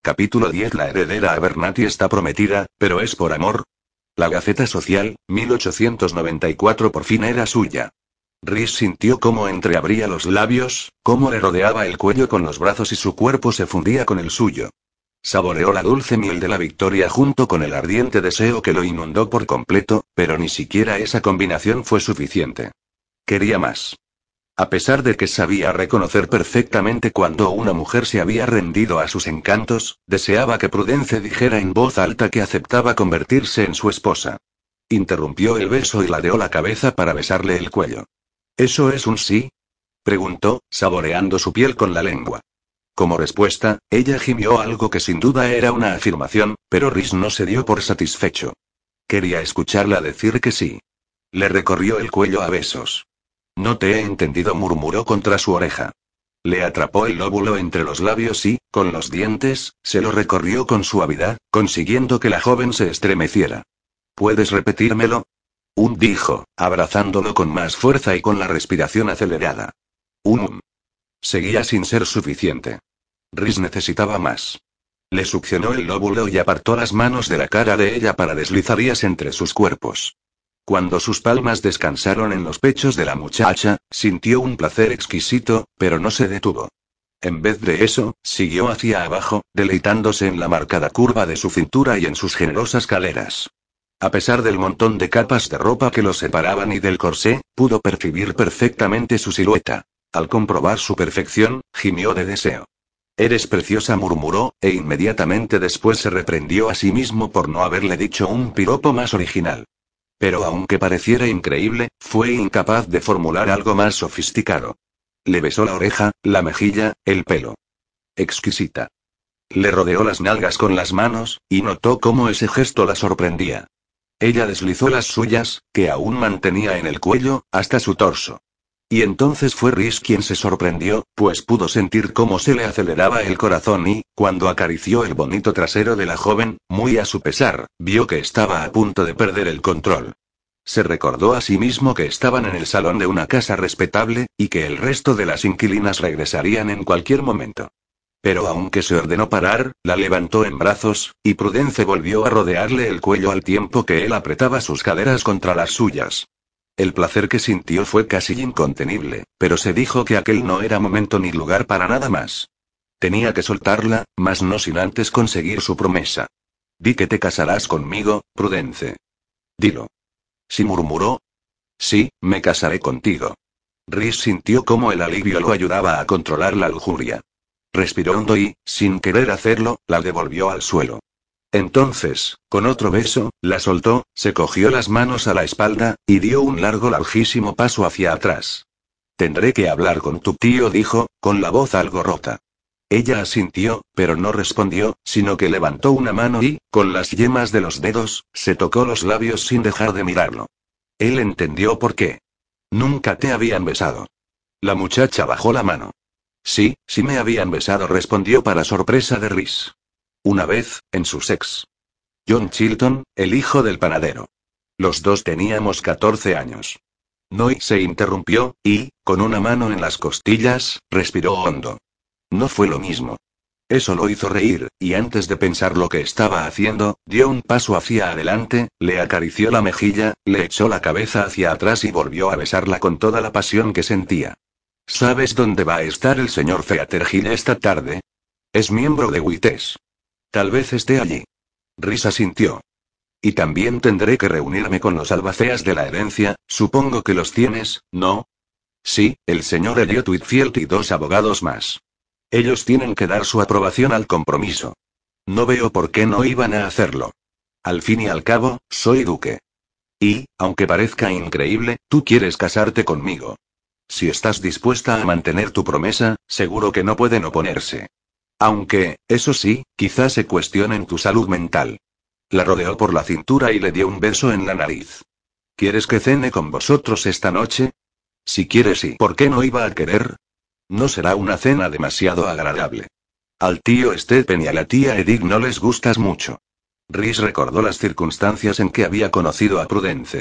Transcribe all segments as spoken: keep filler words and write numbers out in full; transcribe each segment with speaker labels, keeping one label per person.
Speaker 1: Capítulo diez. La heredera Abernathy está prometida, pero es por amor. La Gaceta Social, mil ochocientos noventa y cuatro por fin era suya. Rhys sintió cómo entreabría los labios, cómo le rodeaba el cuello con los brazos y su cuerpo se fundía con el suyo. Saboreó la dulce miel de la victoria junto con el ardiente deseo que lo inundó por completo, pero ni siquiera esa combinación fue suficiente. Quería más. A pesar de que sabía reconocer perfectamente cuando una mujer se había rendido a sus encantos, deseaba que Prudence dijera en voz alta que aceptaba convertirse en su esposa. Interrumpió el beso y ladeó la cabeza para besarle el cuello. ¿Eso es un sí?, preguntó, saboreando su piel con la lengua. Como respuesta, ella gimió algo que sin duda era una afirmación, pero Rhys no se dio por satisfecho. Quería escucharla decir que sí. Le recorrió el cuello a besos. No te he entendido, murmuró contra su oreja. Le atrapó el lóbulo entre los labios y, con los dientes, se lo recorrió con suavidad, consiguiendo que la joven se estremeciera. ¿Puedes repetírmelo? Un dijo, abrazándolo con más fuerza y con la respiración acelerada. Un. Seguía sin ser suficiente. Rhys necesitaba más. Le succionó el lóbulo y apartó las manos de la cara de ella para deslizarlas entre sus cuerpos. Cuando sus palmas descansaron en los pechos de la muchacha, sintió un placer exquisito, pero no se detuvo. En vez de eso, siguió hacia abajo, deleitándose en la marcada curva de su cintura y en sus generosas caderas. A pesar del montón de capas de ropa que los separaban y del corsé, pudo percibir perfectamente su silueta. Al comprobar su perfección, gimió de deseo. «Eres preciosa», murmuró, e inmediatamente después se reprendió a sí mismo por no haberle dicho un piropo más original. Pero aunque pareciera increíble, fue incapaz de formular algo más sofisticado. Le besó la oreja, la mejilla, el pelo. Exquisita. Le rodeó las nalgas con las manos, y notó cómo ese gesto la sorprendía. Ella deslizó las suyas, que aún mantenía en el cuello, hasta su torso. Y entonces fue Rhys quien se sorprendió, pues pudo sentir cómo se le aceleraba el corazón y, cuando acarició el bonito trasero de la joven, muy a su pesar, vio que estaba a punto de perder el control. Se recordó a sí mismo que estaban en el salón de una casa respetable, y que el resto de las inquilinas regresarían en cualquier momento. Pero aunque se ordenó parar, la levantó en brazos, y Prudence volvió a rodearle el cuello al tiempo que él apretaba sus caderas contra las suyas. El placer que sintió fue casi incontenible, pero se dijo que aquel no era momento ni lugar para nada más. Tenía que soltarla, mas no sin antes conseguir su promesa. «Di que te casarás conmigo, Prudence». «Dilo». «Sí», murmuró. «Sí, me casaré contigo». Rhys sintió cómo el alivio lo ayudaba a controlar la lujuria. Respiró hondo y, sin querer hacerlo, la devolvió al suelo. Entonces, con otro beso, la soltó, se cogió las manos a la espalda, y dio un largo larguísimo paso hacia atrás. «Tendré que hablar con tu tío», dijo, con la voz algo rota. Ella asintió, pero no respondió, sino que levantó una mano y, con las yemas de los dedos, se tocó los labios sin dejar de mirarlo. Él entendió por qué. «Nunca te habían besado». La muchacha bajó la mano. «Sí, sí me habían besado», respondió para sorpresa de Rhys. Una vez, en su sex. John Chilton, el hijo del panadero. Los dos teníamos catorce años. Noy se interrumpió, y, con una mano en las costillas, respiró hondo. No fue lo mismo. Eso lo hizo reír, y antes de pensar lo que estaba haciendo, dio un paso hacia adelante, le acarició la mejilla, le echó la cabeza hacia atrás y volvió a besarla con toda la pasión que sentía. ¿Sabes dónde va a estar el señor Featherhill esta tarde? Es miembro de Witches. Tal vez esté allí. Rhys asintió. Y también tendré que reunirme con los albaceas de la herencia, supongo que los tienes, ¿no? Sí, el señor Elliot Whitfield y dos abogados más. Ellos tienen que dar su aprobación al compromiso. No veo por qué no iban a hacerlo. Al fin y al cabo, soy duque. Y, aunque parezca increíble, tú quieres casarte conmigo. Si estás dispuesta a mantener tu promesa, seguro que no pueden oponerse. Aunque, eso sí, quizás se cuestionen tu salud mental. La rodeó por la cintura y le dio un beso en la nariz. ¿Quieres que cene con vosotros esta noche? Si quieres, sí. ¿Por qué no iba a querer? No será una cena demasiado agradable. Al tío Stephen y a la tía Edith no les gustas mucho. Rhys recordó las circunstancias en que había conocido a Prudence.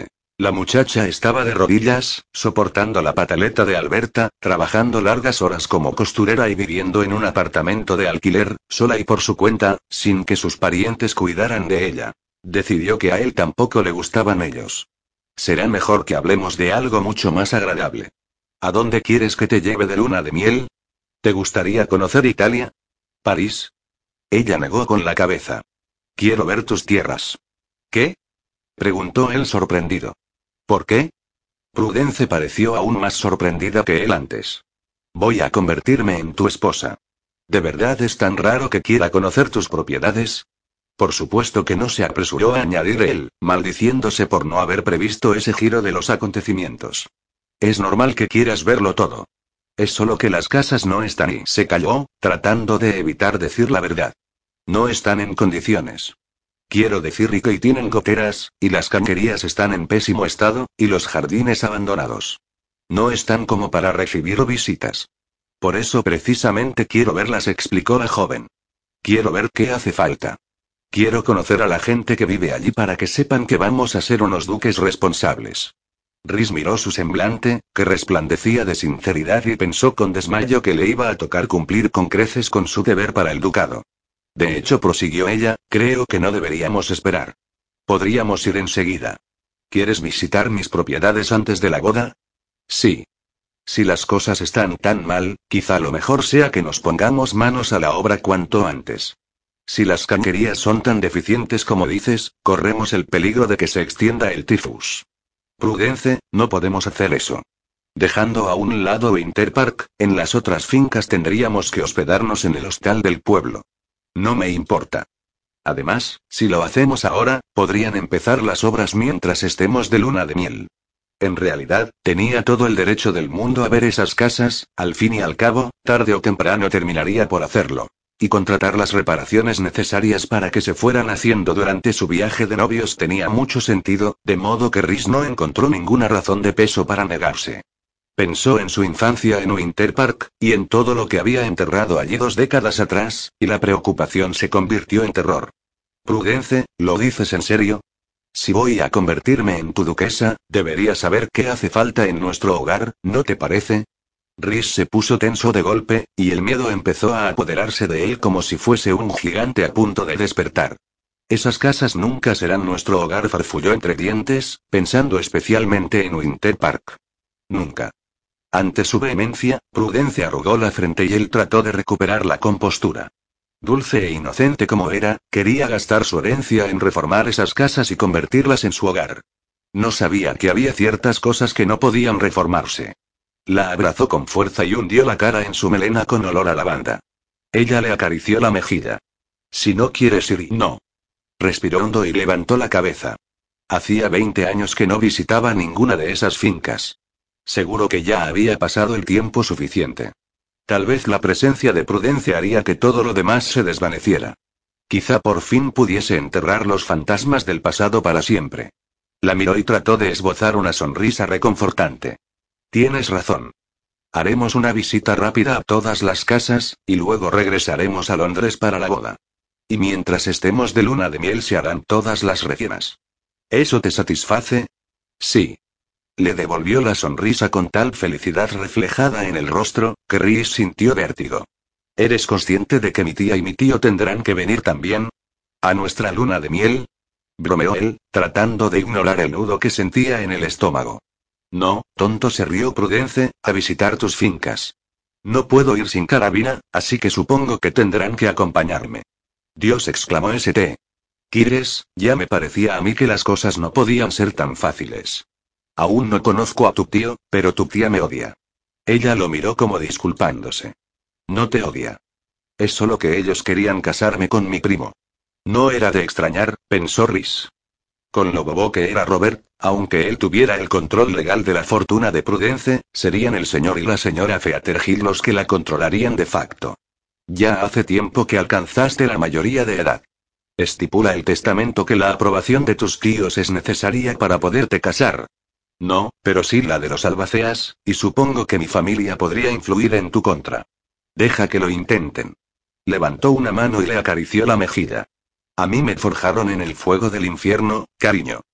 Speaker 1: La muchacha estaba de rodillas, soportando la pataleta de Alberta, trabajando largas horas como costurera y viviendo en un apartamento de alquiler, sola y por su cuenta, sin que sus parientes cuidaran de ella. Decidió que a él tampoco le gustaban ellos. Será mejor que hablemos de algo mucho más agradable. ¿A dónde quieres que te lleve de luna de miel? ¿Te gustaría conocer Italia? ¿París? Ella negó con la cabeza. Quiero ver tus tierras. ¿Qué? Preguntó él sorprendido. ¿Por qué? Prudence pareció aún más sorprendida que él antes. Voy a convertirme en tu esposa. ¿De verdad es tan raro que quiera conocer tus propiedades? Por supuesto que no, se apresuró a añadir él, maldiciéndose por no haber previsto ese giro de los acontecimientos. Es normal que quieras verlo todo. Es solo que las casas no están, y se calló, tratando de evitar decir la verdad. No están en condiciones. Quiero decir que tienen goteras, y las canterías están en pésimo estado, y los jardines abandonados. No están como para recibir visitas. Por eso precisamente quiero verlas, explicó la joven. Quiero ver qué hace falta. Quiero conocer a la gente que vive allí para que sepan que vamos a ser unos duques responsables. Rhys miró su semblante, que resplandecía de sinceridad, y pensó con desmayo que le iba a tocar cumplir con creces con su deber para el ducado. De hecho, prosiguió ella, creo que no deberíamos esperar. Podríamos ir enseguida. ¿Quieres visitar mis propiedades antes de la boda? Sí. Si las cosas están tan mal, quizá lo mejor sea que nos pongamos manos a la obra cuanto antes. Si las canquerías son tan deficientes como dices, corremos el peligro de que se extienda el tifus. Prudence, no podemos hacer eso. Dejando a un lado Winter Park, en las otras fincas tendríamos que hospedarnos en el hostal del pueblo. No me importa. Además, si lo hacemos ahora, podrían empezar las obras mientras estemos de luna de miel. En realidad, tenía todo el derecho del mundo a ver esas casas, al fin y al cabo, tarde o temprano terminaría por hacerlo. Y contratar las reparaciones necesarias para que se fueran haciendo durante su viaje de novios tenía mucho sentido, de modo que Rhys no encontró ninguna razón de peso para negarse. Pensó en su infancia en Winter Park, y en todo lo que había enterrado allí dos décadas atrás, y la preocupación se convirtió en terror. Prudence, ¿lo dices en serio? Si voy a convertirme en tu duquesa, debería saber qué hace falta en nuestro hogar, ¿no te parece? Rhys se puso tenso de golpe, y el miedo empezó a apoderarse de él como si fuese un gigante a punto de despertar. Esas casas nunca serán nuestro hogar, farfulló entre dientes, pensando especialmente en Winter Park. Nunca. Ante su vehemencia, Prudence arrugó la frente y él trató de recuperar la compostura. Dulce e inocente como era, quería gastar su herencia en reformar esas casas y convertirlas en su hogar. No sabía que había ciertas cosas que no podían reformarse. La abrazó con fuerza y hundió la cara en su melena con olor a lavanda. Ella le acarició la mejilla. Si no quieres ir, no. Respiró hondo y levantó la cabeza. Hacía veinte años que no visitaba ninguna de esas fincas. Seguro que ya había pasado el tiempo suficiente. Tal vez la presencia de Prudence haría que todo lo demás se desvaneciera. Quizá por fin pudiese enterrar los fantasmas del pasado para siempre. La miró y trató de esbozar una sonrisa reconfortante. Tienes razón. Haremos una visita rápida a todas las casas, y luego regresaremos a Londres para la boda. Y mientras estemos de luna de miel se harán todas las recenas. ¿Eso te satisface? Sí. Le devolvió la sonrisa con tal felicidad reflejada en el rostro, que Rhys sintió vértigo. ¿Eres consciente de que mi tía y mi tío tendrán que venir también? ¿A nuestra luna de miel? Bromeó él, tratando de ignorar el nudo que sentía en el estómago. No, tonto, se rió Prudence, a visitar tus fincas. No puedo ir sin carabina, así que supongo que tendrán que acompañarme. Dios, exclamó St. Kires, ya me parecía a mí que las cosas no podían ser tan fáciles. Aún no conozco a tu tío, pero tu tía me odia. Ella lo miró como disculpándose. No te odia. Es solo que ellos querían casarme con mi primo. No era de extrañar, pensó Rhys. Con lo bobo que era Robert, aunque él tuviera el control legal de la fortuna de Prudence, serían el señor y la señora Featherhill los que la controlarían de facto. Ya hace tiempo que alcanzaste la mayoría de edad. Estipula el testamento que la aprobación de tus tíos es necesaria para poderte casar. No, pero sí la de los albaceas, y supongo que mi familia podría influir en tu contra. Deja que lo intenten. Levantó una mano y le acarició la mejilla. A mí me forjaron en el fuego del infierno, cariño.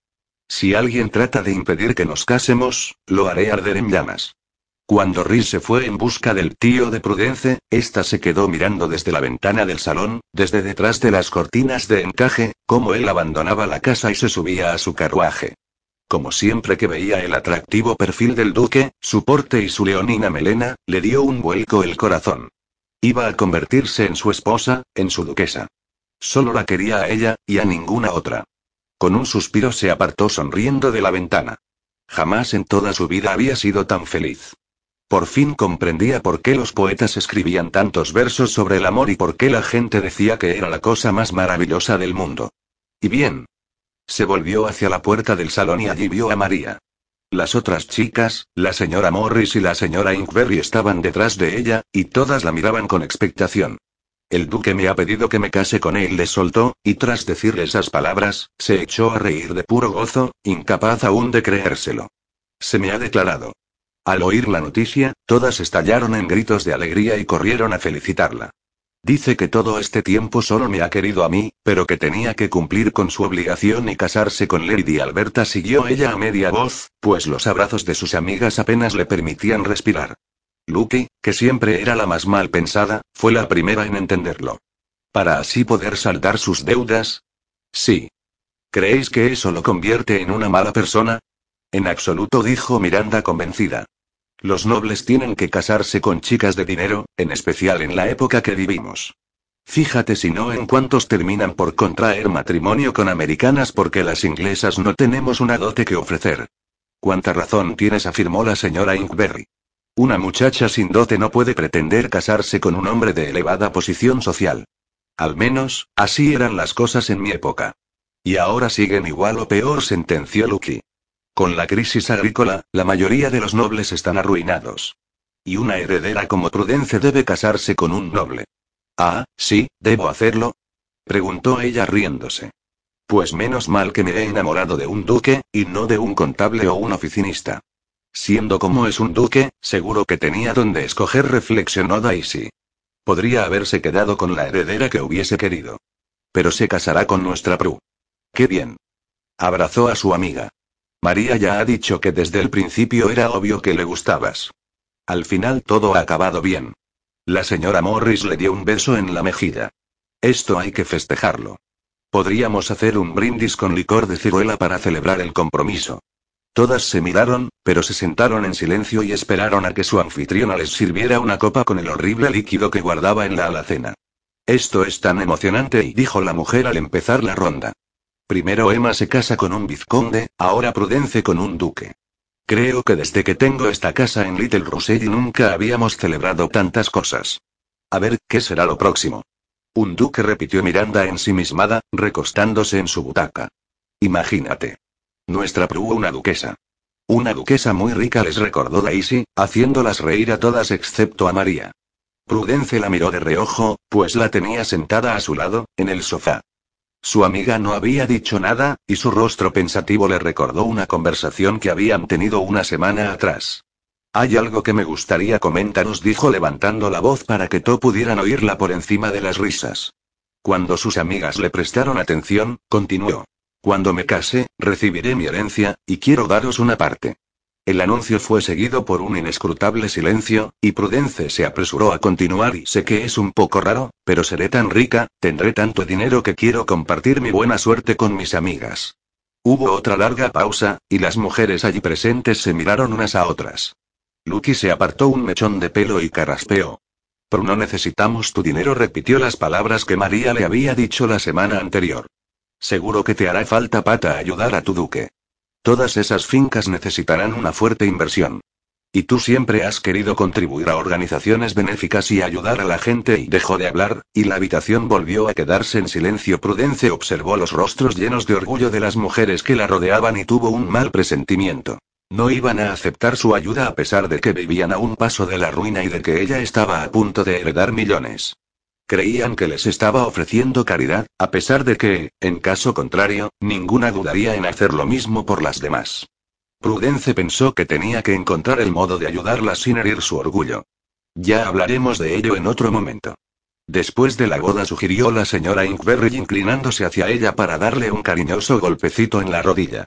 Speaker 1: Si alguien trata de impedir que nos casemos, lo haré arder en llamas. Cuando Rhys se fue en busca del tío de Prudence, ésta se quedó mirando desde la ventana del salón, desde detrás de las cortinas de encaje, cómo él abandonaba la casa y se subía a su carruaje. Como siempre que veía el atractivo perfil del duque, su porte y su leonina melena, le dio un vuelco el corazón. Iba a convertirse en su esposa, en su duquesa. Solo la quería a ella, y a ninguna otra. Con un suspiro se apartó sonriendo de la ventana. Jamás en toda su vida había sido tan feliz. Por fin comprendía por qué los poetas escribían tantos versos sobre el amor y por qué la gente decía que era la cosa más maravillosa del mundo. Y bien. Se volvió hacia la puerta del salón y allí vio a María. Las otras chicas, la señora Morris y la señora Inkberry estaban detrás de ella, y todas la miraban con expectación. El duque me ha pedido que me case con él, le soltó, y tras decirle esas palabras, se echó a reír de puro gozo, incapaz aún de creérselo. Se me ha declarado. Al oír la noticia, todas estallaron en gritos de alegría y corrieron a felicitarla. Dice que todo este tiempo solo me ha querido a mí, pero que tenía que cumplir con su obligación y casarse con Lady Alberta, siguió ella a media voz, pues los abrazos de sus amigas apenas le permitían respirar. Lucky, que siempre era la más mal pensada, fue la primera en entenderlo. ¿Para así poder saldar sus deudas? Sí. ¿Creéis que eso lo convierte en una mala persona? En absoluto, dijo Miranda convencida. Los nobles tienen que casarse con chicas de dinero, en especial en la época que vivimos. Fíjate si no en cuántos terminan por contraer matrimonio con americanas porque las inglesas no tenemos una dote que ofrecer. Cuánta razón tienes, afirmó la señora Inkberry. Una muchacha sin dote no puede pretender casarse con un hombre de elevada posición social. Al menos, así eran las cosas en mi época. Y ahora siguen igual o peor, sentenció Lucky. Con la crisis agrícola, la mayoría de los nobles están arruinados. Y una heredera como Prudence debe casarse con un noble. Ah, sí, ¿debo hacerlo?, preguntó ella riéndose. Pues menos mal que me he enamorado de un duque, y no de un contable o un oficinista. Siendo como es un duque, seguro que tenía donde escoger, reflexionó Daisy. Podría haberse quedado con la heredera que hubiese querido. Pero se casará con nuestra Prue. ¡Qué bien! Abrazó a su amiga. María ya ha dicho que desde el principio era obvio que le gustabas. Al final todo ha acabado bien. La señora Morris le dio un beso en la mejilla. Esto hay que festejarlo. Podríamos hacer un brindis con licor de ciruela para celebrar el compromiso. Todas se miraron, pero se sentaron en silencio y esperaron a que su anfitriona les sirviera una copa con el horrible líquido que guardaba en la alacena. Esto es tan emocionante, y dijo la mujer al empezar la ronda. Primero Emma se casa con un vizconde, ahora Prudence con un duque. Creo que desde que tengo esta casa en Little Russell nunca habíamos celebrado tantas cosas. A ver, ¿qué será lo próximo? Un duque, repitió Miranda ensimismada, recostándose en su butaca. Imagínate. Nuestra Prue una duquesa. Una duquesa muy rica, les recordó Daisy, haciéndolas reír a todas excepto a María. Prudence la miró de reojo, pues la tenía sentada a su lado, en el sofá. Su amiga no había dicho nada, y su rostro pensativo le recordó una conversación que habían tenido una semana atrás. Hay algo que me gustaría comentaros, dijo levantando la voz para que todos pudieran oírla por encima de las risas. Cuando sus amigas le prestaron atención, continuó. Cuando me case, recibiré mi herencia, y quiero daros una parte. El anuncio fue seguido por un inescrutable silencio, y Prudence se apresuró a continuar. Y sé que es un poco raro, pero seré tan rica, tendré tanto dinero que quiero compartir mi buena suerte con mis amigas. Hubo otra larga pausa, y las mujeres allí presentes se miraron unas a otras. Lucky se apartó un mechón de pelo y carraspeó. Pero no necesitamos tu dinero, repitió las palabras que María le había dicho la semana anterior. Seguro que te hará falta pata ayudar a tu duque. Todas esas fincas necesitarán una fuerte inversión. Y tú siempre has querido contribuir a organizaciones benéficas y ayudar a la gente. Y dejó de hablar, y la habitación volvió a quedarse en silencio. Prudence observó los rostros llenos de orgullo de las mujeres que la rodeaban y tuvo un mal presentimiento. No iban a aceptar su ayuda a pesar de que vivían a un paso de la ruina y de que ella estaba a punto de heredar millones. Creían que les estaba ofreciendo caridad, a pesar de que, en caso contrario, ninguna dudaría en hacer lo mismo por las demás. Prudence pensó que tenía que encontrar el modo de ayudarlas sin herir su orgullo. Ya hablaremos de ello en otro momento. Después de la boda, sugirió la señora Inkberry inclinándose hacia ella para darle un cariñoso golpecito en la rodilla.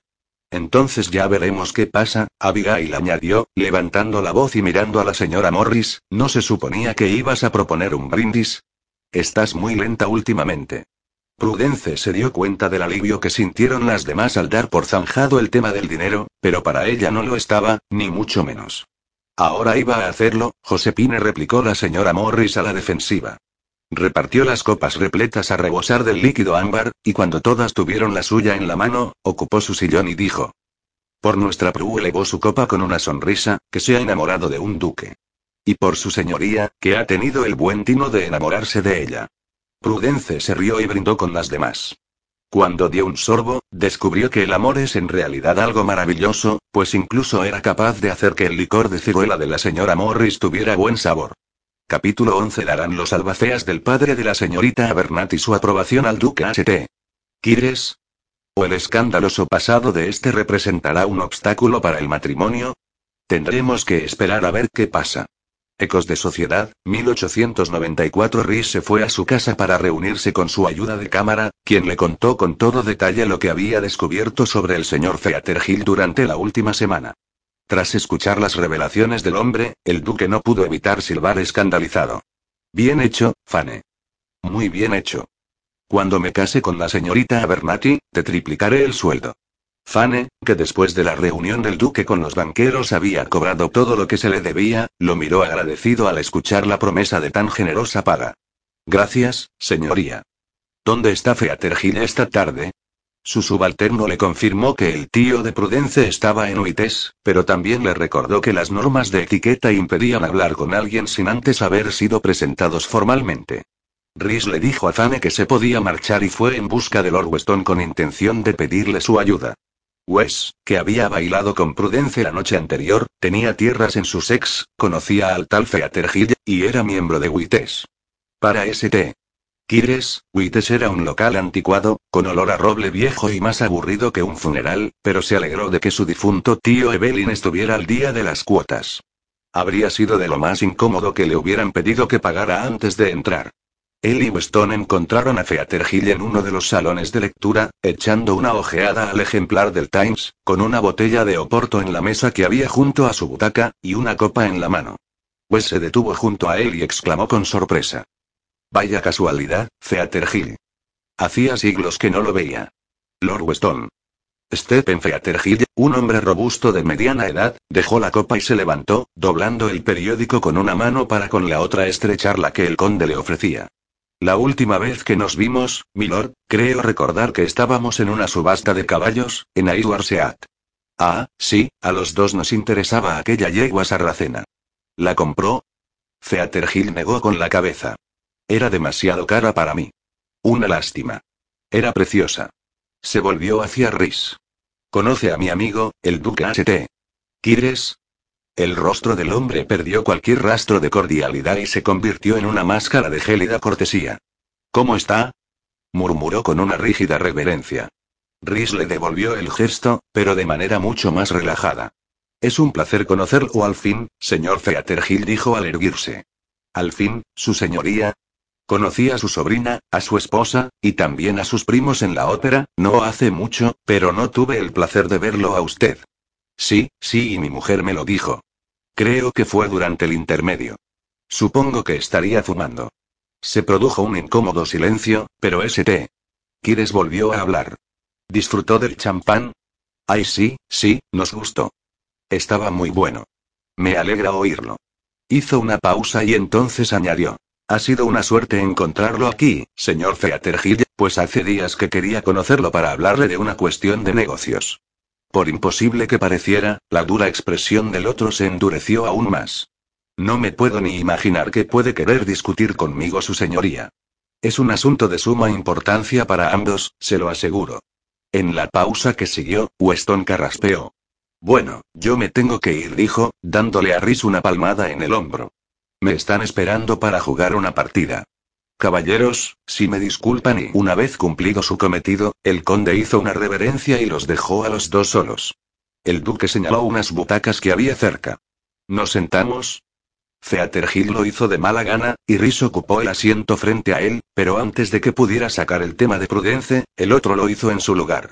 Speaker 1: Entonces ya veremos qué pasa, Abigail añadió, levantando la voz y mirando a la señora Morris, ¿no se suponía que ibas a proponer un brindis? Estás muy lenta últimamente. Prudence se dio cuenta del alivio que sintieron las demás al dar por zanjado el tema del dinero, pero para ella no lo estaba, ni mucho menos. Ahora iba a hacerlo, Josepine, replicó la señora Morris a la defensiva. Repartió las copas repletas a rebosar del líquido ámbar, y cuando todas tuvieron la suya en la mano, ocupó su sillón y dijo: Por nuestra Prue, elevó su copa con una sonrisa, que se ha enamorado de un duque. Y por su señoría, que ha tenido el buen tino de enamorarse de ella. Prudence se rió y brindó con las demás. Cuando dio un sorbo, descubrió que el amor es en realidad algo maravilloso, pues incluso era capaz de hacer que el licor de ciruela de la señora Morris tuviera buen sabor. Capítulo once. Darán los albaceas del padre de la señorita Abernathy su aprobación al duque H T ¿Quieres? ¿O el escandaloso pasado de este representará un obstáculo para el matrimonio? Tendremos que esperar a ver qué pasa. Ecos de Sociedad, mil ochocientos noventa y cuatro. Rhys se fue a su casa para reunirse con su ayuda de cámara, quien le contó con todo detalle lo que había descubierto sobre el señor Featherhill durante la última semana. Tras escuchar las revelaciones del hombre, el duque no pudo evitar silbar escandalizado. Bien hecho, Fane. Muy bien hecho. Cuando me case con la señorita Abernathy, te triplicaré el sueldo. Fane, que después de la reunión del duque con los banqueros había cobrado todo lo que se le debía, lo miró agradecido al escuchar la promesa de tan generosa paga. Gracias, señoría. ¿Dónde está Featherhill esta tarde? Su subalterno le confirmó que el tío de Prudence estaba en Uites, pero también le recordó que las normas de etiqueta impedían hablar con alguien sin antes haber sido presentados formalmente. Rhys le dijo a Fane que se podía marchar y fue en busca de Lord Weston con intención de pedirle su ayuda. Wes, que había bailado con Prudence la noche anterior, tenía tierras en Sussex, conocía al tal Featherhill, y era miembro de Uites. Para St Kires, Uites era un local anticuado, con olor a roble viejo y más aburrido que un funeral, pero se alegró de que su difunto tío Evelyn estuviera al día de las cuotas. Habría sido de lo más incómodo que le hubieran pedido que pagara antes de entrar. Él y Weston encontraron a Featherhill en uno de los salones de lectura, echando una ojeada al ejemplar del Times, con una botella de oporto en la mesa que había junto a su butaca, y una copa en la mano. Wes se detuvo junto a él y exclamó con sorpresa: Vaya casualidad, Featherhill. Hacía siglos que no lo veía. Lord Weston. Stephen Featherhill, un hombre robusto de mediana edad, dejó la copa y se levantó, doblando el periódico con una mano para con la otra estrechar la que el conde le ofrecía. La última vez que nos vimos, milord, creo recordar que estábamos en una subasta de caballos, en Aylwarseat. Ah, sí, a los dos nos interesaba aquella yegua sarracena. ¿La compró? Featherhill negó con la cabeza. Era demasiado cara para mí. Una lástima. Era preciosa. Se volvió hacia Rhys. ¿Conoce a mi amigo, el duque H. Kires? El rostro del hombre perdió cualquier rastro de cordialidad y se convirtió en una máscara de gélida cortesía. ¿Cómo está? Murmuró con una rígida reverencia. Rhys le devolvió el gesto, pero de manera mucho más relajada. Es un placer conocerlo al fin, señor Featherhill, dijo al erguirse. Al fin, su señoría. Conocí a su sobrina, a su esposa, y también a sus primos en la ópera, no hace mucho, pero no tuve el placer de verlo a usted. Sí, sí, y mi mujer me lo dijo. Creo que fue durante el intermedio. Supongo que estaría fumando. Se produjo un incómodo silencio, pero St. Kires volvió a hablar. ¿Disfrutó del champán? Ay, sí, sí, nos gustó. Estaba muy bueno. Me alegra oírlo. Hizo una pausa y entonces añadió. Ha sido una suerte encontrarlo aquí, señor Featherhill, pues hace días que quería conocerlo para hablarle de una cuestión de negocios. Por imposible que pareciera, la dura expresión del otro se endureció aún más. No me puedo ni imaginar qué puede querer discutir conmigo su señoría. Es un asunto de suma importancia para ambos, se lo aseguro. En la pausa que siguió, Weston carraspeó. Bueno, yo me tengo que ir, dijo, dándole a Rhys una palmada en el hombro. Me están esperando para jugar una partida. Caballeros, si me disculpan, y una vez cumplido su cometido, el conde hizo una reverencia y los dejó a los dos solos. El duque señaló unas butacas que había cerca. ¿Nos sentamos? Featherhill lo hizo de mala gana, y Rhys ocupó el asiento frente a él, pero antes de que pudiera sacar el tema de Prudence, el otro lo hizo en su lugar.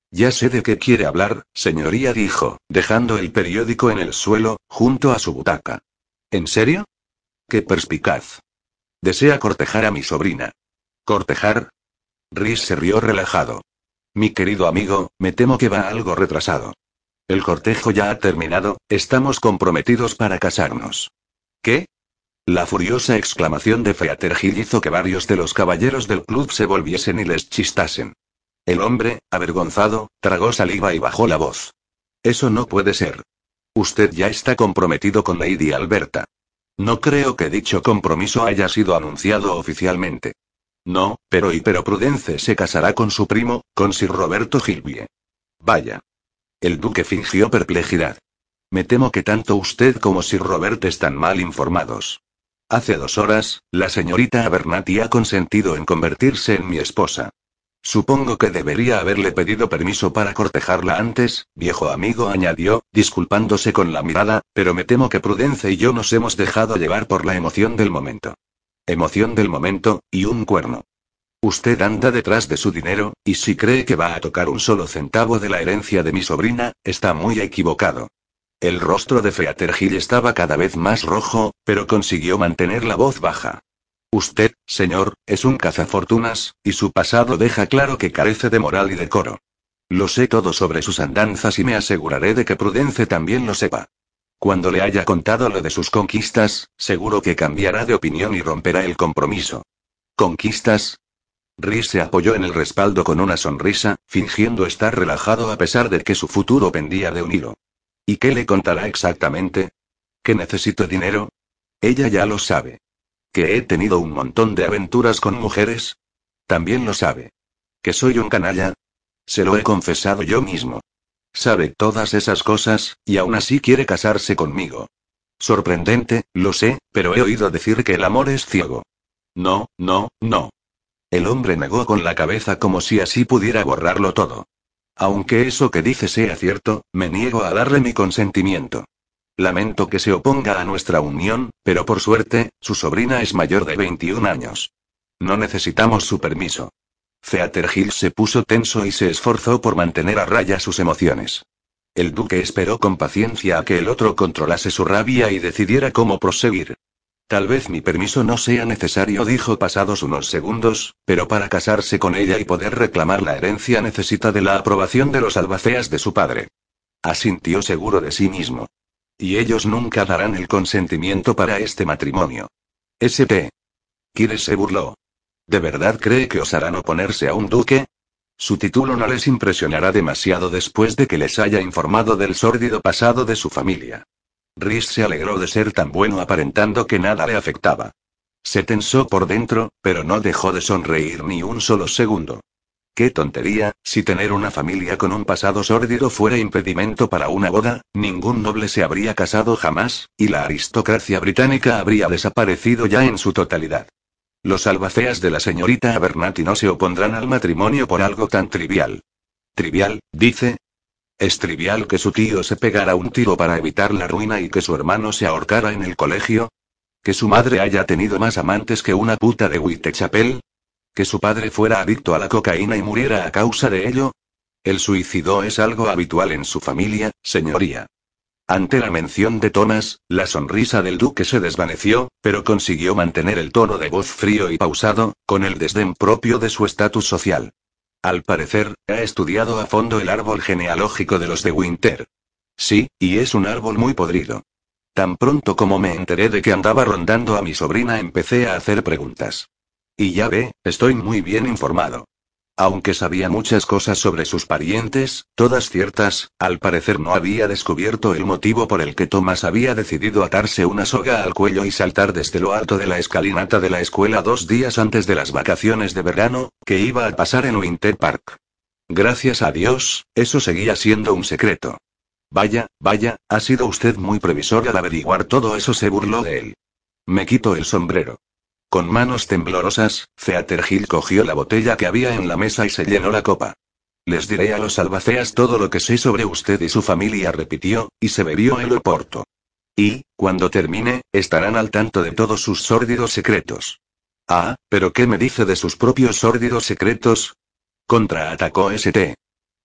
Speaker 1: Ya sé de qué quiere hablar, señoría, dijo, dejando el periódico en el suelo, junto a su butaca. ¿En serio? ¡Qué perspicaz! Desea cortejar a mi sobrina. ¿Cortejar? Rhys se rió relajado. Mi querido amigo, me temo que va algo retrasado. El cortejo ya ha terminado, estamos comprometidos para casarnos. ¿Qué? La furiosa exclamación de Featherhill hizo que varios de los caballeros del club se volviesen y les chistasen. El hombre, avergonzado, tragó saliva y bajó la voz. Eso no puede ser. Usted ya está comprometido con Lady Alberta. No creo que dicho compromiso haya sido anunciado oficialmente. No, pero y pero Prudence se casará con su primo, con Sir Roberto Gilbie. Vaya. El duque fingió perplejidad. Me temo que tanto usted como Sir Robert están mal informados. Hace dos horas, la señorita Abernathy ha consentido en convertirse en mi esposa. Supongo que debería haberle pedido permiso para cortejarla antes, viejo amigo, añadió, disculpándose con la mirada, pero me temo que Prudence y yo nos hemos dejado llevar por la emoción del momento. Emoción del momento, y un cuerno. Usted anda detrás de su dinero, y si cree que va a tocar un solo centavo de la herencia de mi sobrina, está muy equivocado. El rostro de Featherhill estaba cada vez más rojo, pero consiguió mantener la voz baja. Usted, señor, es un cazafortunas, y su pasado deja claro que carece de moral y decoro. Lo sé todo sobre sus andanzas y me aseguraré de que Prudence también lo sepa. Cuando le haya contado lo de sus conquistas, seguro que cambiará de opinión y romperá el compromiso. ¿Conquistas? Rhys se apoyó en el respaldo con una sonrisa, fingiendo estar relajado a pesar de que su futuro pendía de un hilo. ¿Y qué le contará exactamente? ¿Que necesito dinero? Ella ya lo sabe. ¿Que he tenido un montón de aventuras con mujeres? También lo sabe. ¿Que soy un canalla? Se lo he confesado yo mismo. Sabe todas esas cosas, y aún así quiere casarse conmigo. Sorprendente, lo sé, pero he oído decir que el amor es ciego. No, no, no. El hombre negó con la cabeza como si así pudiera borrarlo todo. Aunque eso que dice sea cierto, me niego a darle mi consentimiento. Lamento que se oponga a nuestra unión, pero por suerte, su sobrina es mayor de veintiún años. No necesitamos su permiso. Featherhill se puso tenso y se esforzó por mantener a raya sus emociones. El duque esperó con paciencia a que el otro controlase su rabia y decidiera cómo proseguir. Tal vez mi permiso no sea necesario, dijo pasados unos segundos, pero para casarse con ella y poder reclamar la herencia necesita de la aprobación de los albaceas de su padre. Asintió seguro de sí mismo. Y ellos nunca darán el consentimiento para este matrimonio. Este Kire se burló. ¿De verdad cree que osarán oponerse a un duque? Su título no les impresionará demasiado después de que les haya informado del sórdido pasado de su familia. Rhys se alegró de ser tan bueno aparentando que nada le afectaba. Se tensó por dentro, pero no dejó de sonreír ni un solo segundo. ¡Qué tontería! Si tener una familia con un pasado sórdido fuera impedimento para una boda, ningún noble se habría casado jamás, y la aristocracia británica habría desaparecido ya en su totalidad. Los albaceas de la señorita Abernathy no se opondrán al matrimonio por algo tan trivial. ¿Trivial, dice? ¿Es trivial que su tío se pegara un tiro para evitar la ruina y que su hermano se ahorcara en el colegio? ¿Que su madre haya tenido más amantes que una puta de Whitechapel? ¿Que su padre fuera adicto a la cocaína y muriera a causa de ello? El suicidio es algo habitual en su familia, señoría. Ante la mención de Thomas, la sonrisa del duque se desvaneció, pero consiguió mantener el tono de voz frío y pausado, con el desdén propio de su estatus social. Al parecer, ha estudiado a fondo el árbol genealógico de los de Winter. Sí, y es un árbol muy podrido. Tan pronto como me enteré de que andaba rondando a mi sobrina empecé a hacer preguntas. Y ya ve, estoy muy bien informado. Aunque sabía muchas cosas sobre sus parientes, todas ciertas, al parecer no había descubierto el motivo por el que Thomas había decidido atarse una soga al cuello y saltar desde lo alto de la escalinata de la escuela dos días antes de las vacaciones de verano, que iba a pasar en Winter Park. Gracias a Dios, eso seguía siendo un secreto. Vaya, vaya, ha sido usted muy previsor al averiguar todo eso, se burló de él. Me quito el sombrero. Con manos temblorosas, Featherhill cogió la botella que había en la mesa y se llenó la copa. Les diré a los albaceas todo lo que sé sobre usted y su familia, repitió, y se bebió el oporto. Y, cuando termine, estarán al tanto de todos sus sórdidos secretos. Ah, ¿pero qué me dice de sus propios sórdidos secretos? Contraatacó este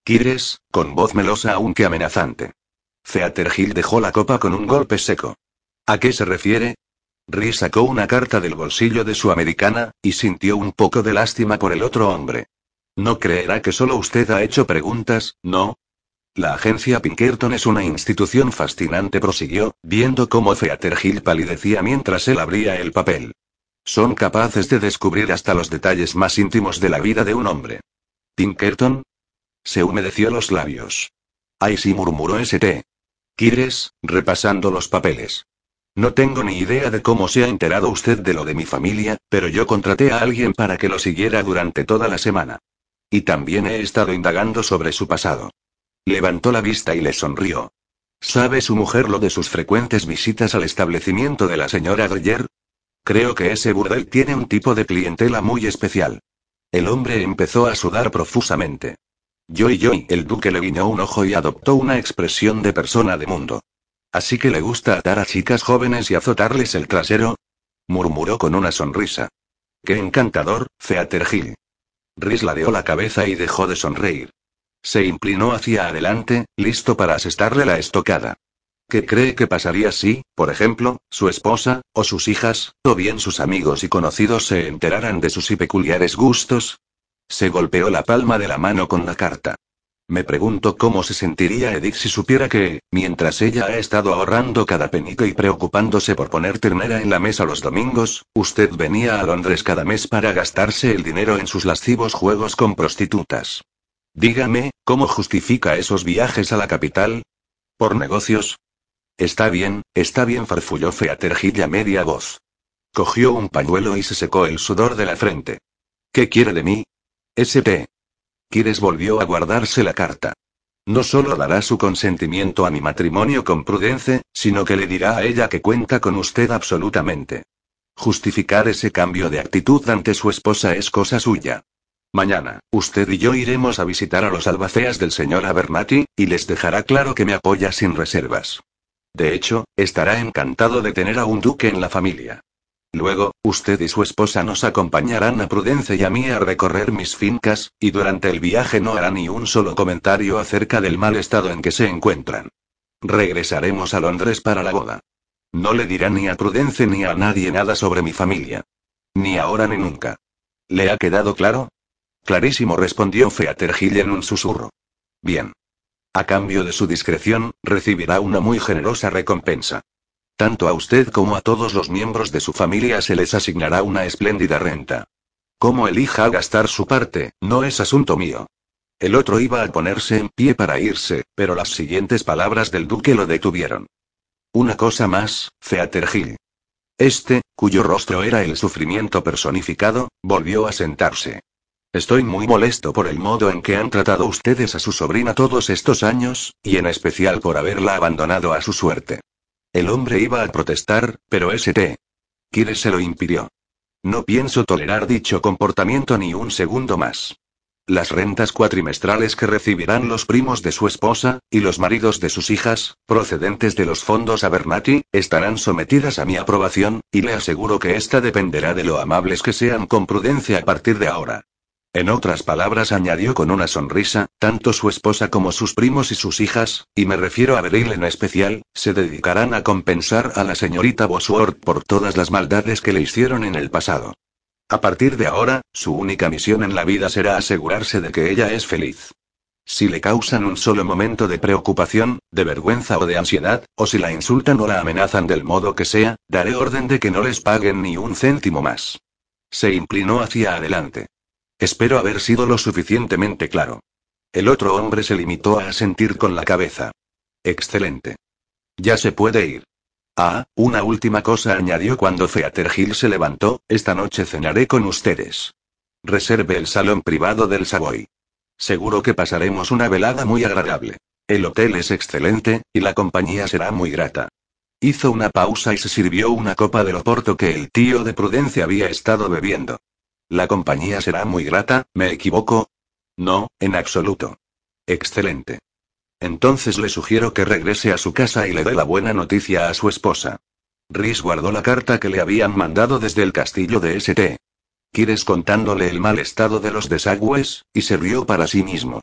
Speaker 1: Kires, con voz melosa aunque amenazante. Featherhill dejó la copa con un golpe seco. ¿A qué se refiere? Rhys sacó una carta del bolsillo de su americana, y sintió un poco de lástima por el otro hombre. No creerá que solo usted ha hecho preguntas, ¿no? La agencia Pinkerton es una institución fascinante, prosiguió, viendo cómo Featherhill palidecía mientras él abría el papel. Son capaces de descubrir hasta los detalles más íntimos de la vida de un hombre. ¿Pinkerton? Se humedeció los labios. Ay, sí, murmuró St. Kires, repasando los papeles. No tengo ni idea de cómo se ha enterado usted de lo de mi familia, pero yo contraté a alguien para que lo siguiera durante toda la semana. Y también he estado indagando sobre su pasado. Levantó la vista y le sonrió. ¿Sabe su mujer lo de sus frecuentes visitas al establecimiento de la señora Greyer? Creo que ese burdel tiene un tipo de clientela muy especial. El hombre empezó a sudar profusamente. Yo y yo, el duque le guiñó un ojo y adoptó una expresión de persona de mundo. ¿Así que le gusta atar a chicas jóvenes y azotarles el trasero? Murmuró con una sonrisa. ¡Qué encantador, Featherhill! Rhys ladeó la cabeza y dejó de sonreír. Se inclinó hacia adelante, listo para asestarle la estocada. ¿Qué cree que pasaría si, por ejemplo, su esposa, o sus hijas, o bien sus amigos y conocidos se enteraran de sus y peculiares gustos? Se golpeó la palma de la mano con la carta. Me pregunto cómo se sentiría Edith si supiera que, mientras ella ha estado ahorrando cada penique y preocupándose por poner ternera en la mesa los domingos, usted venía a Londres cada mes para gastarse el dinero en sus lascivos juegos con prostitutas. Dígame, ¿cómo justifica esos viajes a la capital? ¿Por negocios? Está bien, está bien, farfulló Featherhill a media voz. Cogió un pañuelo y se secó el sudor de la frente. ¿Qué quiere de mí? St. Kires volvió a guardarse la carta. No solo dará su consentimiento a mi matrimonio con Prudence, sino que le dirá a ella que cuenta con usted absolutamente. Justificar ese cambio de actitud ante su esposa es cosa suya. Mañana, usted y yo iremos a visitar a los albaceas del señor Abernathy, y les dejará claro que me apoya sin reservas. De hecho, estará encantado de tener a un duque en la familia. Luego, usted y su esposa nos acompañarán a Prudence y a mí a recorrer mis fincas, y durante el viaje no hará ni un solo comentario acerca del mal estado en que se encuentran. Regresaremos a Londres para la boda. No le dirá ni a Prudence ni a nadie nada sobre mi familia. Ni ahora ni nunca. ¿Le ha quedado claro? Clarísimo, respondió Featherhill en un susurro. Bien. A cambio de su discreción, recibirá una muy generosa recompensa. Tanto a usted como a todos los miembros de su familia se les asignará una espléndida renta. Cómo elija gastar su parte, no es asunto mío. El otro iba a ponerse en pie para irse, pero las siguientes palabras del duque lo detuvieron. Una cosa más, Featherhill. Este, cuyo rostro era el sufrimiento personificado, volvió a sentarse. Estoy muy molesto por el modo en que han tratado ustedes a su sobrina todos estos años, y en especial por haberla abandonado a su suerte. El hombre iba a protestar, pero St. Kires se lo impidió. No pienso tolerar dicho comportamiento ni un segundo más. Las rentas cuatrimestrales que recibirán los primos de su esposa, y los maridos de sus hijas, procedentes de los fondos Abernathy, estarán sometidas a mi aprobación, y le aseguro que esta dependerá de lo amables que sean con Prudence a partir de ahora. En otras palabras, añadió con una sonrisa, tanto su esposa como sus primos y sus hijas, y me refiero a Beryl en especial, se dedicarán a compensar a la señorita Bosworth por todas las maldades que le hicieron en el pasado. A partir de ahora, su única misión en la vida será asegurarse de que ella es feliz. Si le causan un solo momento de preocupación, de vergüenza o de ansiedad, o si la insultan o la amenazan del modo que sea, daré orden de que no les paguen ni un céntimo más. Se inclinó hacia adelante. Espero haber sido lo suficientemente claro. El otro hombre se limitó a asentir con la cabeza. Excelente. Ya se puede ir. Ah, una última cosa, añadió cuando Featherhill se levantó, esta noche cenaré con ustedes. Reserve el salón privado del Savoy. Seguro que pasaremos una velada muy agradable. El hotel es excelente, y la compañía será muy grata. Hizo una pausa y se sirvió una copa del oporto que el tío de Prudence había estado bebiendo. ¿La compañía será muy grata, me equivoco? No, en absoluto. Excelente. Entonces le sugiero que regrese a su casa y le dé la buena noticia a su esposa. Rhys guardó la carta que le habían mandado desde el castillo de St. Kires contándole el mal estado de los desagües, y se rió para sí mismo.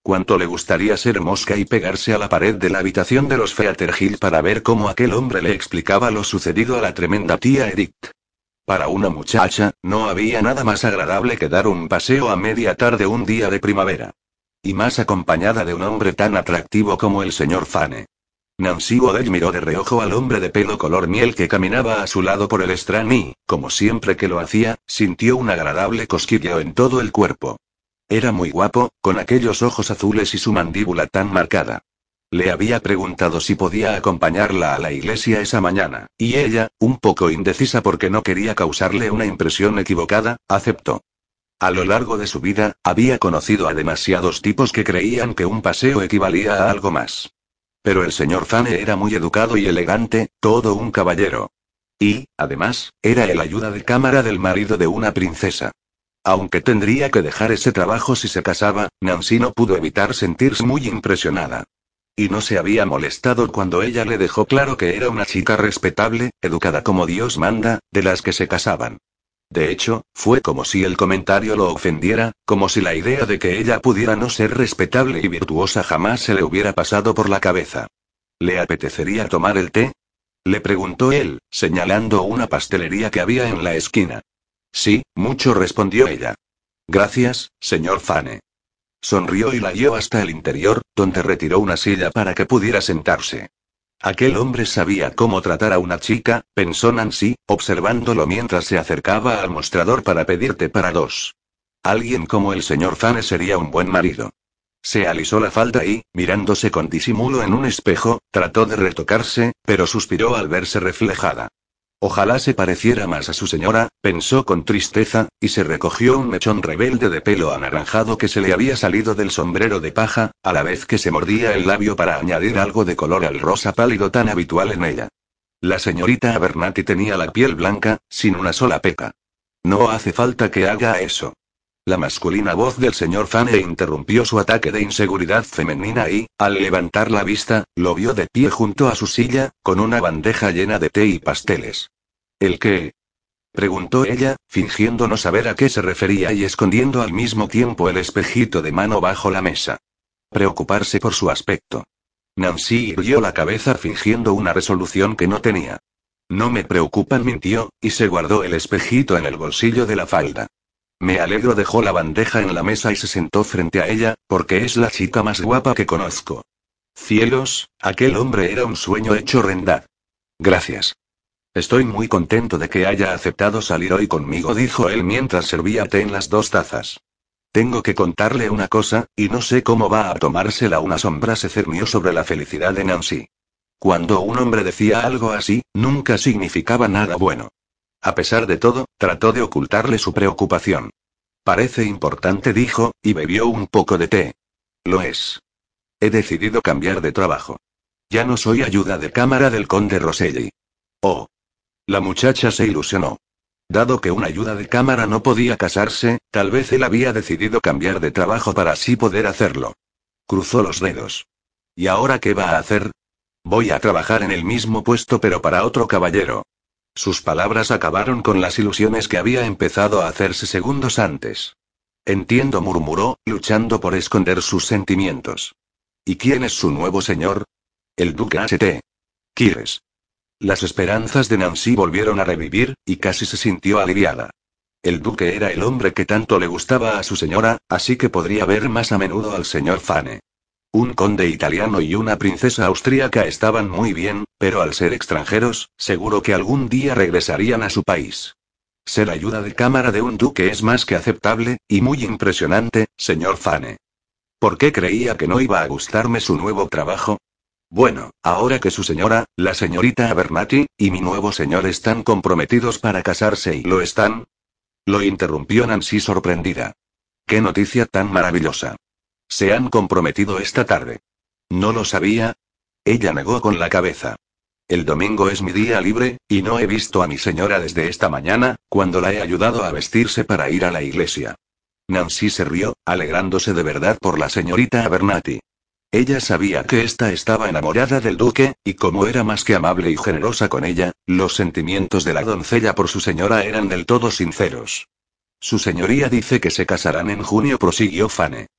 Speaker 1: Cuánto le gustaría ser mosca y pegarse a la pared de la habitación de los Featherhill para ver cómo aquel hombre le explicaba lo sucedido a la tremenda tía Edith. Para una muchacha, no había nada más agradable que dar un paseo a media tarde un día de primavera. Y más acompañada de un hombre tan atractivo como el señor Fane. Nancy O'Dell miró de reojo al hombre de pelo color miel que caminaba a su lado por el Strand y, como siempre que lo hacía, sintió un agradable cosquilleo en todo el cuerpo. Era muy guapo, con aquellos ojos azules y su mandíbula tan marcada. Le había preguntado si podía acompañarla a la iglesia esa mañana, y ella, un poco indecisa porque no quería causarle una impresión equivocada, aceptó. A lo largo de su vida, había conocido a demasiados tipos que creían que un paseo equivalía a algo más. Pero el señor Fane era muy educado y elegante, todo un caballero. Y, además, era el ayuda de cámara del marido de una princesa. Aunque tendría que dejar ese trabajo si se casaba, Nancy no pudo evitar sentirse muy impresionada. Y no se había molestado cuando ella le dejó claro que era una chica respetable, educada como Dios manda, de las que se casaban. De hecho, fue como si el comentario lo ofendiera, como si la idea de que ella pudiera no ser respetable y virtuosa jamás se le hubiera pasado por la cabeza. ¿Le apetecería tomar el té? Le preguntó él, señalando una pastelería que había en la esquina. Sí, mucho, respondió ella. Gracias, señor Fane. Sonrió y la guió hasta el interior, donde retiró una silla para que pudiera sentarse. Aquel hombre sabía cómo tratar a una chica, pensó Nancy, observándolo mientras se acercaba al mostrador para pedir té para dos. Alguien como el señor Fane sería un buen marido. Se alisó la falda y, mirándose con disimulo en un espejo, trató de retocarse, pero suspiró al verse reflejada. Ojalá se pareciera más a su señora, pensó con tristeza, y se recogió un mechón rebelde de pelo anaranjado que se le había salido del sombrero de paja, a la vez que se mordía el labio para añadir algo de color al rosa pálido tan habitual en ella. La señorita Abernathy tenía la piel blanca, sin una sola peca. No hace falta que haga eso. La masculina voz del señor Fane interrumpió su ataque de inseguridad femenina y, al levantar la vista, lo vio de pie junto a su silla, con una bandeja llena de té y pasteles. ¿El qué? Preguntó ella, fingiendo no saber a qué se refería y escondiendo al mismo tiempo el espejito de mano bajo la mesa. Preocuparse por su aspecto. Nancy irguió la cabeza fingiendo una resolución que no tenía. No me preocupan, mintió, y se guardó el espejito en el bolsillo de la falda. Me alegro, dejó la bandeja en la mesa y se sentó frente a ella, porque es la chica más guapa que conozco. Cielos, aquel hombre era un sueño hecho realidad. Gracias. Estoy muy contento de que haya aceptado salir hoy conmigo, dijo él mientras servía té en las dos tazas. Tengo que contarle una cosa, y no sé cómo va a tomársela. Una sombra se cernió sobre la felicidad de Nancy. Cuando un hombre decía algo así, nunca significaba nada bueno. A pesar de todo, trató de ocultarle su preocupación. Parece importante, dijo, y bebió un poco de té. Lo es. He decidido cambiar de trabajo. Ya no soy ayuda de cámara del conde Rosselli. Oh. La muchacha se ilusionó. Dado que un ayuda de cámara no podía casarse, tal vez él había decidido cambiar de trabajo para así poder hacerlo. Cruzó los dedos. ¿Y ahora qué va a hacer? Voy a trabajar en el mismo puesto pero para otro caballero. Sus palabras acabaron con las ilusiones que había empezado a hacerse segundos antes. Entiendo, murmuró, luchando por esconder sus sentimientos. ¿Y quién es su nuevo señor? El duque H T Quieres. Las esperanzas de Nancy volvieron a revivir, y casi se sintió aliviada. El duque era el hombre que tanto le gustaba a su señora, así que podría ver más a menudo al señor Fane. Un conde italiano y una princesa austríaca estaban muy bien, pero al ser extranjeros, seguro que algún día regresarían a su país. Ser ayuda de cámara de un duque es más que aceptable, y muy impresionante, señor Fane. ¿Por qué creía que no iba a gustarme su nuevo trabajo? Bueno, ahora que su señora, la señorita Abernathy, y mi nuevo señor están comprometidos para casarse y lo están. Lo interrumpió Nancy sorprendida. ¡Qué noticia tan maravillosa! Se han comprometido esta tarde. ¿No lo sabía? Ella negó con la cabeza. El domingo es mi día libre, y no he visto a mi señora desde esta mañana, cuando la he ayudado a vestirse para ir a la iglesia. Nancy se rió, alegrándose de verdad por la señorita Abernathy. Ella sabía que ésta estaba enamorada del duque, y como era más que amable y generosa con ella, los sentimientos de la doncella por su señora eran del todo sinceros. Su señoría dice que se casarán en junio, prosiguió Fane.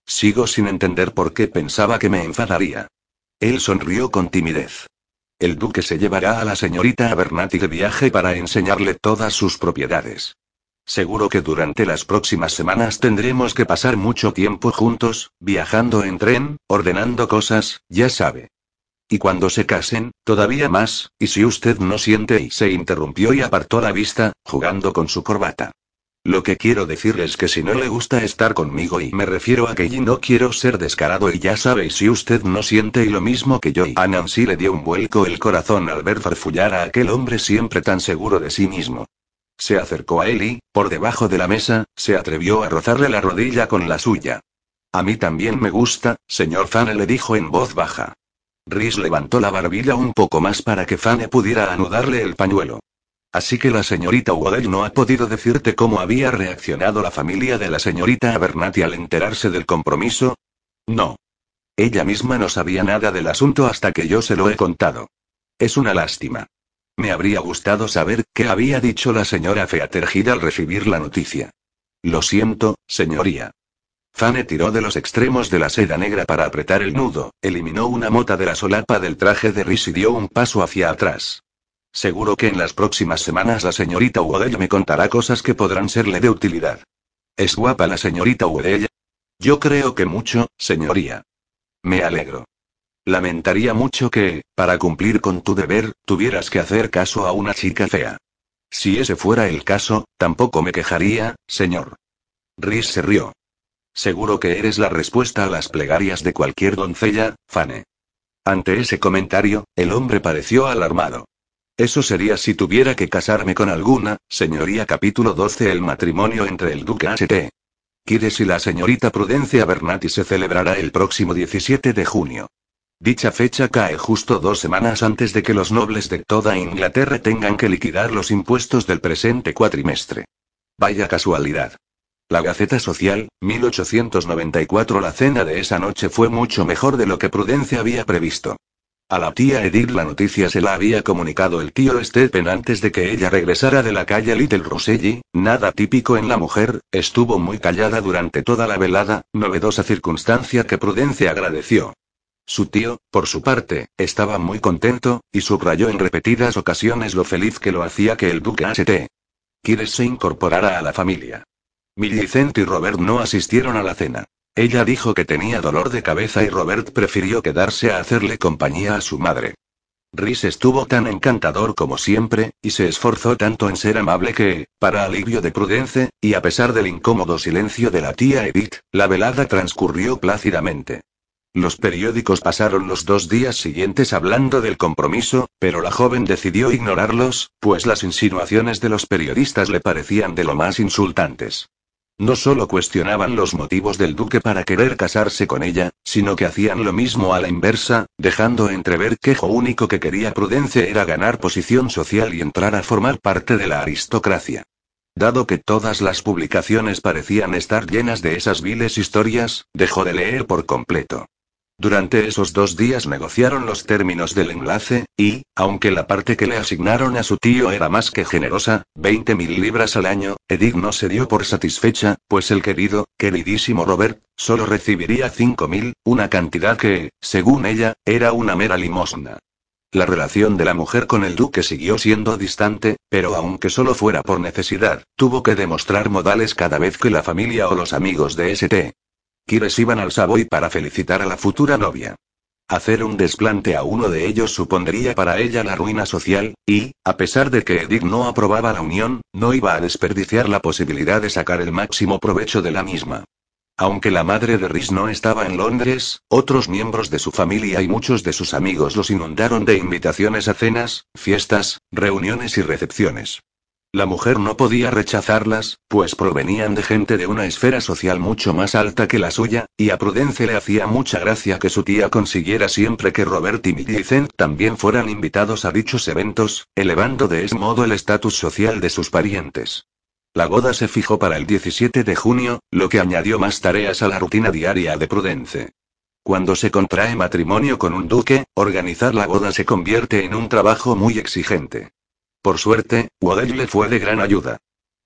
Speaker 1: Sigo sin entender por qué pensaba que me enfadaría. Él sonrió con timidez. El duque se llevará a la señorita Abernathy de viaje para enseñarle todas sus propiedades. Seguro que durante las próximas semanas tendremos que pasar mucho tiempo juntos, viajando en tren, ordenando cosas, ya sabe. Y cuando se casen, todavía más, y si usted no siente y se interrumpió y apartó la vista, jugando con su corbata. Lo que quiero decir es que si no le gusta estar conmigo y me refiero a que y no quiero ser descarado y ya sabe y si usted no siente y lo mismo que yo y a Nancy le dio un vuelco el corazón al ver farfullar a aquel hombre siempre tan seguro de sí mismo. Se acercó a él y, por debajo de la mesa, se atrevió a rozarle la rodilla con la suya. A mí también me gusta, señor Fane le dijo en voz baja. Rhys levantó la barbilla un poco más para que Fane pudiera anudarle el pañuelo. Así que la señorita Waddell no ha podido decirte cómo había reaccionado la familia de la señorita Abernathy al enterarse del compromiso. No. Ella misma no sabía nada del asunto hasta que yo se lo he contado. Es una lástima. Me habría gustado saber qué había dicho la señora Featherhead al recibir la noticia. Lo siento, señoría. Fane tiró de los extremos de la seda negra para apretar el nudo, eliminó una mota de la solapa del traje de Rhys y dio un paso hacia atrás. Seguro que en las próximas semanas la señorita Waddell me contará cosas que podrán serle de utilidad. ¿Es guapa la señorita Waddell? Yo creo que mucho, señoría. Me alegro. Lamentaría mucho que, para cumplir con tu deber, tuvieras que hacer caso a una chica fea. Si ese fuera el caso, tampoco me quejaría, señor. Rhys se rió. Seguro que eres la respuesta a las plegarias de cualquier doncella, Fane. Ante ese comentario, el hombre pareció alarmado. Eso sería si tuviera que casarme con alguna, señoría. Capítulo doce. El matrimonio entre el duque St. Kires y la señorita Prudencia Abernathy se celebrará el próximo diecisiete de junio. Dicha fecha cae justo dos semanas antes de que los nobles de toda Inglaterra tengan que liquidar los impuestos del presente cuatrimestre. Vaya casualidad. La Gaceta Social, mil ochocientos noventa y cuatro. La cena de esa noche fue mucho mejor de lo que Prudencia había previsto. A la tía Edith la noticia se la había comunicado el tío Stephen antes de que ella regresara de la calle Little Roselli, nada típico en la mujer, estuvo muy callada durante toda la velada, novedosa circunstancia que Prudencia agradeció. Su tío, por su parte, estaba muy contento, y subrayó en repetidas ocasiones lo feliz que lo hacía que el duque St. Kires se incorporara a la familia. Millicent y Robert no asistieron a la cena. Ella dijo que tenía dolor de cabeza y Robert prefirió quedarse a hacerle compañía a su madre. Rhys estuvo tan encantador como siempre, y se esforzó tanto en ser amable que, para alivio de Prudence, y a pesar del incómodo silencio de la tía Edith, la velada transcurrió plácidamente. Los periódicos pasaron los dos días siguientes hablando del compromiso, pero la joven decidió ignorarlos, pues las insinuaciones de los periodistas le parecían de lo más insultantes. No solo cuestionaban los motivos del duque para querer casarse con ella, sino que hacían lo mismo a la inversa, dejando entrever que lo único que quería Prudence era ganar posición social y entrar a formar parte de la aristocracia. Dado que todas las publicaciones parecían estar llenas de esas viles historias, dejó de leer por completo. Durante esos dos días negociaron los términos del enlace, y, aunque la parte que le asignaron a su tío era más que generosa, veinte mil libras al año, Edith no se dio por satisfecha, pues el querido, queridísimo Robert, solo recibiría cinco mil, una cantidad que, según ella, era una mera limosna. La relación de la mujer con el duque siguió siendo distante, pero aunque solo fuera por necesidad, tuvo que demostrar modales cada vez que la familia o los amigos de St. Kires iban al Savoy para felicitar a la futura novia. Hacer un desplante a uno de ellos supondría para ella la ruina social, y, a pesar de que Edith no aprobaba la unión, no iba a desperdiciar la posibilidad de sacar el máximo provecho de la misma. Aunque la madre de Rhys no estaba en Londres, otros miembros de su familia y muchos de sus amigos los inundaron de invitaciones a cenas, fiestas, reuniones y recepciones. La mujer no podía rechazarlas, pues provenían de gente de una esfera social mucho más alta que la suya, y a Prudence le hacía mucha gracia que su tía consiguiera siempre que Robert y Millicent también fueran invitados a dichos eventos, elevando de ese modo el estatus social de sus parientes. La boda se fijó para el diecisiete de junio, lo que añadió más tareas a la rutina diaria de Prudence. Cuando se contrae matrimonio con un duque, organizar la boda se convierte en un trabajo muy exigente. Por suerte, Waddell le fue de gran ayuda.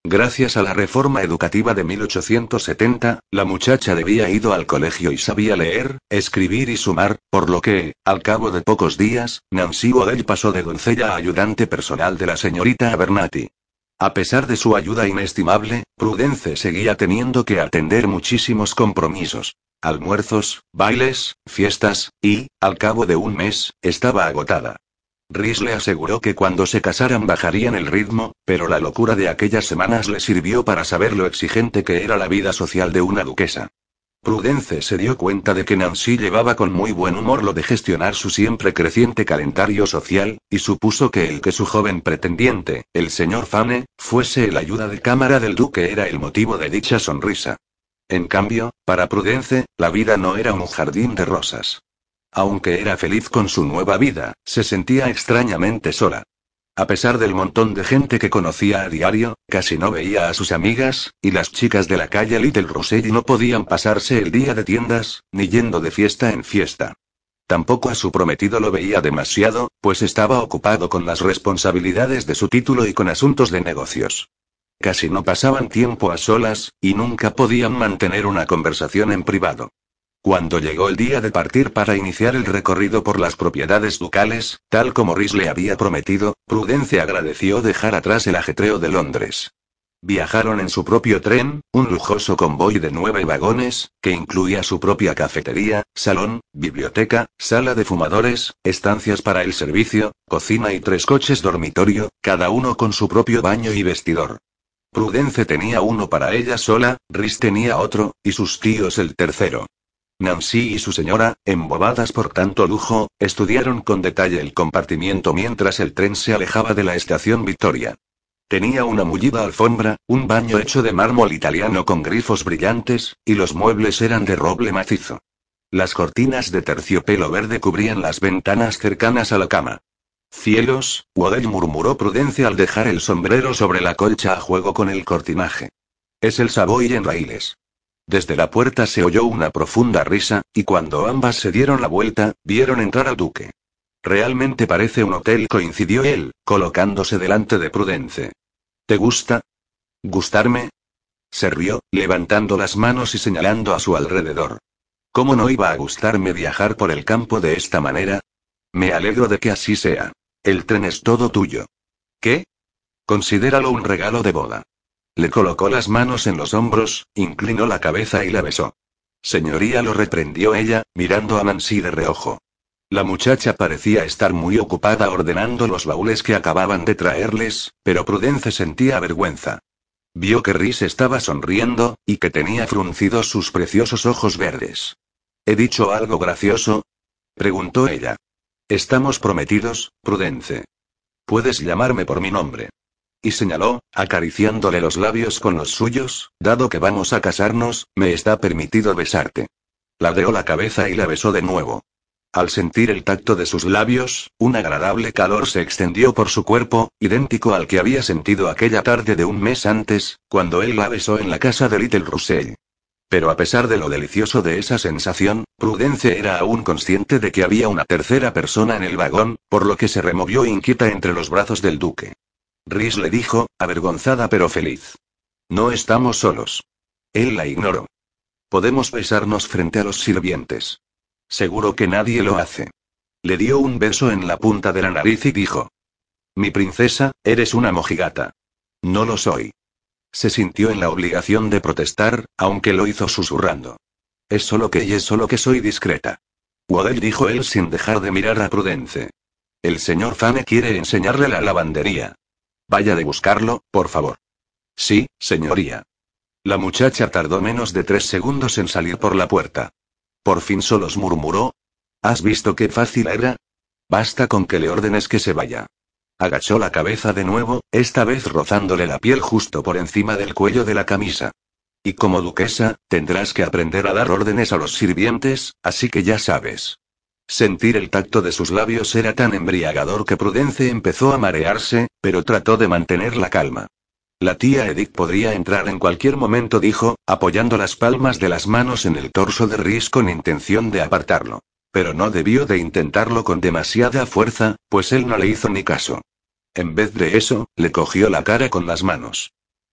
Speaker 1: Gracias a la reforma educativa de mil ochocientos setenta, la muchacha debía ido al colegio y sabía leer, escribir y sumar, por lo que, al cabo de pocos días, Nancy Waddell pasó de doncella a ayudante personal de la señorita Abernathy. A pesar de su ayuda inestimable, Prudence seguía teniendo que atender muchísimos compromisos. Almuerzos, bailes, fiestas, y, al cabo de un mes, estaba agotada. Rhys le aseguró que cuando se casaran bajarían el ritmo, pero la locura de aquellas semanas le sirvió para saber lo exigente que era la vida social de una duquesa. Prudence se dio cuenta de que Nancy llevaba con muy buen humor lo de gestionar su siempre creciente calendario social, y supuso que el que su joven pretendiente, el señor Fane, fuese el ayuda de cámara del duque era el motivo de dicha sonrisa. En cambio, para Prudence, la vida no era un jardín de rosas. Aunque era feliz con su nueva vida, se sentía extrañamente sola. A pesar del montón de gente que conocía a diario, casi no veía a sus amigas, y las chicas de la calle Little Roselli no podían pasarse el día de tiendas, ni yendo de fiesta en fiesta. Tampoco a su prometido lo veía demasiado, pues estaba ocupado con las responsabilidades de su título y con asuntos de negocios. Casi no pasaban tiempo a solas, y nunca podían mantener una conversación en privado. Cuando llegó el día de partir para iniciar el recorrido por las propiedades ducales, tal como Rhys le había prometido, Prudence agradeció dejar atrás el ajetreo de Londres. Viajaron en su propio tren, un lujoso convoy de nueve vagones, que incluía su propia cafetería, salón, biblioteca, sala de fumadores, estancias para el servicio, cocina y tres coches dormitorio, cada uno con su propio baño y vestidor. Prudence tenía uno para ella sola, Rhys tenía otro, y sus tíos el tercero. Nancy y su señora, embobadas por tanto lujo, estudiaron con detalle el compartimiento mientras el tren se alejaba de la estación Victoria. Tenía una mullida alfombra, un baño hecho de mármol italiano con grifos brillantes, y los muebles eran de roble macizo. Las cortinas de terciopelo verde cubrían las ventanas cercanas a la cama. «Cielos», Waddell murmuró Prudence al dejar el sombrero sobre la colcha a juego con el cortinaje. «Es el Savoy en raíles». Desde la puerta se oyó una profunda risa, y cuando ambas se dieron la vuelta, vieron entrar al duque. «Realmente parece un hotel», coincidió él, colocándose delante de Prudence. «¿Te gusta?» «¿Gustarme?» Se rió, levantando las manos y señalando a su alrededor. «¿Cómo no iba a gustarme viajar por el campo de esta manera? Me alegro de que así sea. El tren es todo tuyo». «¿Qué?» «Considéralo un regalo de boda». Le colocó las manos en los hombros, inclinó la cabeza y la besó. «Señoría», lo reprendió ella, mirando a Nancy de reojo. La muchacha parecía estar muy ocupada ordenando los baúles que acababan de traerles, pero Prudence sentía vergüenza. Vio que Rhys estaba sonriendo, y que tenía fruncidos sus preciosos ojos verdes. «¿He dicho algo gracioso?», preguntó ella. «Estamos prometidos, Prudence. Puedes llamarme por mi nombre». Y señaló, acariciándole los labios con los suyos, «Dado que vamos a casarnos, me está permitido besarte». Ladeó la cabeza y la besó de nuevo. Al sentir el tacto de sus labios, un agradable calor se extendió por su cuerpo, idéntico al que había sentido aquella tarde de un mes antes, cuando él la besó en la casa de Little Russell. Pero a pesar de lo delicioso de esa sensación, Prudence era aún consciente de que había una tercera persona en el vagón, por lo que se removió inquieta entre los brazos del duque. Rhys le dijo, avergonzada pero feliz. «No estamos solos». Él la ignoró. «Podemos besarnos frente a los sirvientes». «Seguro que nadie lo hace». Le dio un beso en la punta de la nariz y dijo: «Mi princesa, eres una mojigata». «No lo soy». Se sintió en la obligación de protestar, aunque lo hizo susurrando. «Es solo que y es solo que soy discreta». «Waddell», dijo él sin dejar de mirar a Prudence. «El señor Fane quiere enseñarle la lavandería. Vaya de buscarlo, por favor». «Sí, señoría». La muchacha tardó menos de tres segundos en salir por la puerta. Por fin solos murmuró: «¿Has visto qué fácil era? Basta con que le ordenes que se vaya». Agachó la cabeza de nuevo, esta vez rozándole la piel justo por encima del cuello de la camisa. «Y como duquesa, tendrás que aprender a dar órdenes a los sirvientes, así que ya sabes». Sentir el tacto de sus labios era tan embriagador que Prudence empezó a marearse, pero trató de mantener la calma. «La tía Edith podría entrar en cualquier momento», dijo, apoyando las palmas de las manos en el torso de Rhys con intención de apartarlo. Pero no debió de intentarlo con demasiada fuerza, pues él no le hizo ni caso. En vez de eso, le cogió la cara con las manos.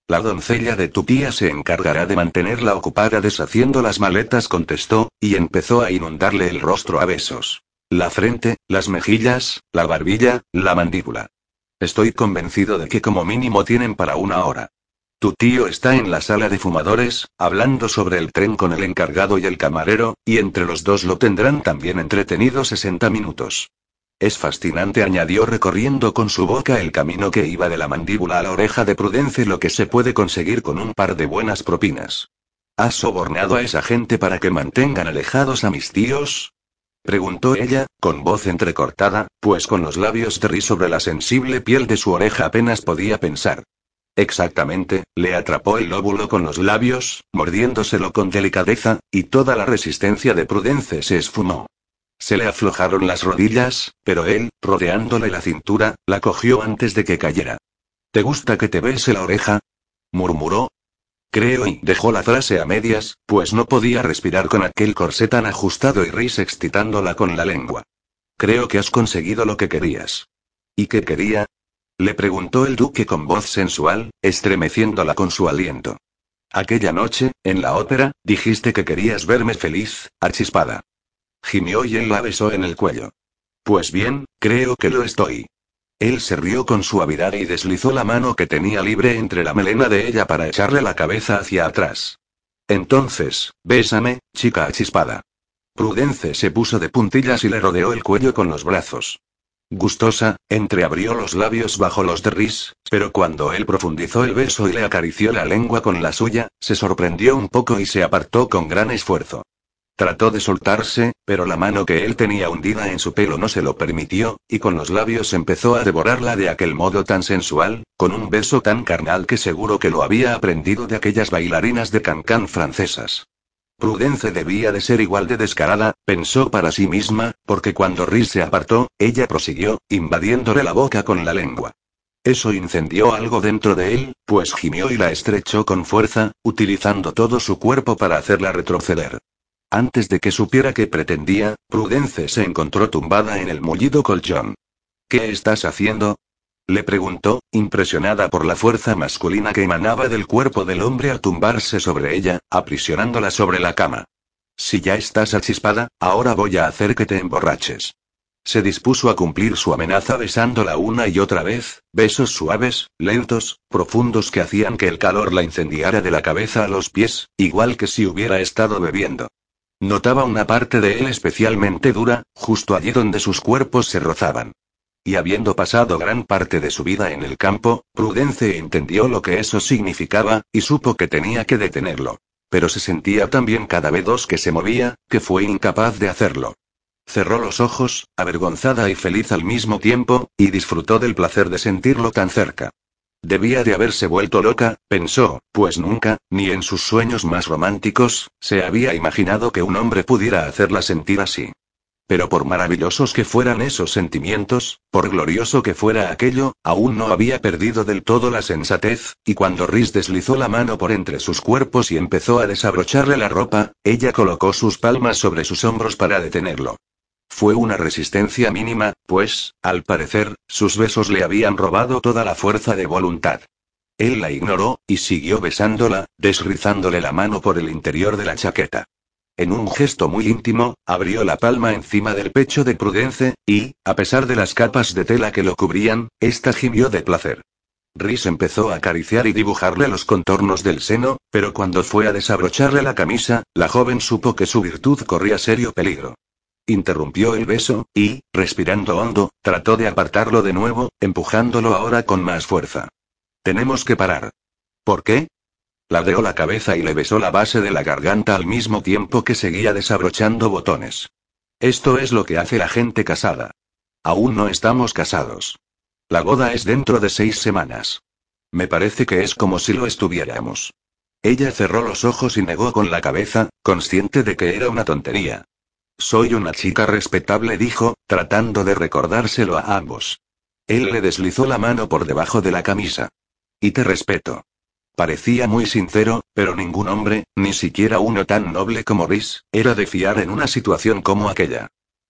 Speaker 1: La doncella de tu tía se encargará de mantenerla ocupada deshaciendo las maletas, contestó, y empezó a inundarle el rostro a besos. La frente, las mejillas, la barbilla, la mandíbula. Estoy convencido de que como mínimo tienen para una hora. Tu tío está en la sala de fumadores, hablando sobre el tren con el encargado y el camarero, y entre los dos lo tendrán también entretenido sesenta minutos. Es fascinante, añadió recorriendo con su boca el camino que iba de la mandíbula a la oreja de Prudence, lo que se puede conseguir con un par de buenas propinas. ¿Has sobornado a esa gente para que mantengan alejados a mis tíos? Preguntó ella, con voz entrecortada, pues con los labios de Rhys sobre la sensible piel de su oreja apenas podía pensar. Exactamente, le atrapó el lóbulo con los labios, mordiéndoselo con delicadeza, y toda la resistencia de Prudence se esfumó. Se le aflojaron las rodillas, pero él, rodeándole la cintura, la cogió antes de que cayera. ¿Te gusta que te bese la oreja?, murmuró. Creo, y dejó la frase a medias, pues no podía respirar con aquel corsé tan ajustado y Rhys excitándola con la lengua. Creo que has conseguido lo que querías. ¿Y qué quería?, le preguntó el duque con voz sensual, estremeciéndola con su aliento. Aquella noche, en la ópera, dijiste que querías verme feliz, achispada. Gimió y él la besó en el cuello. Pues bien, creo que lo estoy. Él se rió con suavidad y deslizó la mano que tenía libre entre la melena de ella para echarle la cabeza hacia atrás. Entonces, bésame, chica achispada. Prudence se puso de puntillas y le rodeó el cuello con los brazos. Gustosa, entreabrió los labios bajo los de Rhys, pero cuando él profundizó el beso y le acarició la lengua con la suya, se sorprendió un poco y se apartó con gran esfuerzo. Trató de soltarse, pero la mano que él tenía hundida en su pelo no se lo permitió, y con los labios empezó a devorarla de aquel modo tan sensual, con un beso tan carnal que seguro que lo había aprendido de aquellas bailarinas de cancán francesas. Prudence debía de ser igual de descarada, pensó para sí misma, porque cuando Rhys se apartó, ella prosiguió, invadiéndole la boca con la lengua. Eso incendió algo dentro de él, pues gimió y la estrechó con fuerza, utilizando todo su cuerpo para hacerla retroceder. Antes de que supiera qué pretendía, Prudence se encontró tumbada en el mullido colchón. ¿Qué estás haciendo?, le preguntó, impresionada por la fuerza masculina que emanaba del cuerpo del hombre al tumbarse sobre ella, aprisionándola sobre la cama. Si ya estás achispada, ahora voy a hacer que te emborraches. Se dispuso a cumplir su amenaza besándola una y otra vez, besos suaves, lentos, profundos que hacían que el calor la incendiara de la cabeza a los pies, igual que si hubiera estado bebiendo. Notaba una parte de él especialmente dura, justo allí donde sus cuerpos se rozaban. Y habiendo pasado gran parte de su vida en el campo, Prudence entendió lo que eso significaba, y supo que tenía que detenerlo. Pero se sentía tan bien cada vez dos que se movía, que fue incapaz de hacerlo. Cerró los ojos, avergonzada y feliz al mismo tiempo, y disfrutó del placer de sentirlo tan cerca. Debía de haberse vuelto loca, pensó, pues nunca, ni en sus sueños más románticos, se había imaginado que un hombre pudiera hacerla sentir así. Pero por maravillosos que fueran esos sentimientos, por glorioso que fuera aquello, aún no había perdido del todo la sensatez, y cuando Rhys deslizó la mano por entre sus cuerpos y empezó a desabrocharle la ropa, ella colocó sus palmas sobre sus hombros para detenerlo. Fue una resistencia mínima, pues, al parecer, sus besos le habían robado toda la fuerza de voluntad. Él la ignoró, y siguió besándola, deslizándole la mano por el interior de la chaqueta. En un gesto muy íntimo, abrió la palma encima del pecho de Prudence, y, a pesar de las capas de tela que lo cubrían, ésta gimió de placer. Rhys empezó a acariciar y dibujarle los contornos del seno, pero cuando fue a desabrocharle la camisa, la joven supo que su virtud corría serio peligro. Interrumpió el beso, y, respirando hondo, trató de apartarlo de nuevo, empujándolo ahora con más fuerza. Tenemos que parar. ¿Por qué? Ladeó la cabeza y le besó la base de la garganta al mismo tiempo que seguía desabrochando botones. Esto es lo que hace la gente casada. Aún no estamos casados. La boda es dentro de seis semanas. Me parece que es como si lo estuviéramos. Ella cerró los ojos y negó con la cabeza, consciente de que era una tontería. Soy una chica respetable, dijo, tratando de recordárselo a ambos. Él le deslizó la mano por debajo de la camisa. Y te respeto. Parecía muy sincero, pero ningún hombre, ni siquiera uno tan noble como Rhys, era de fiar en una situación como aquella.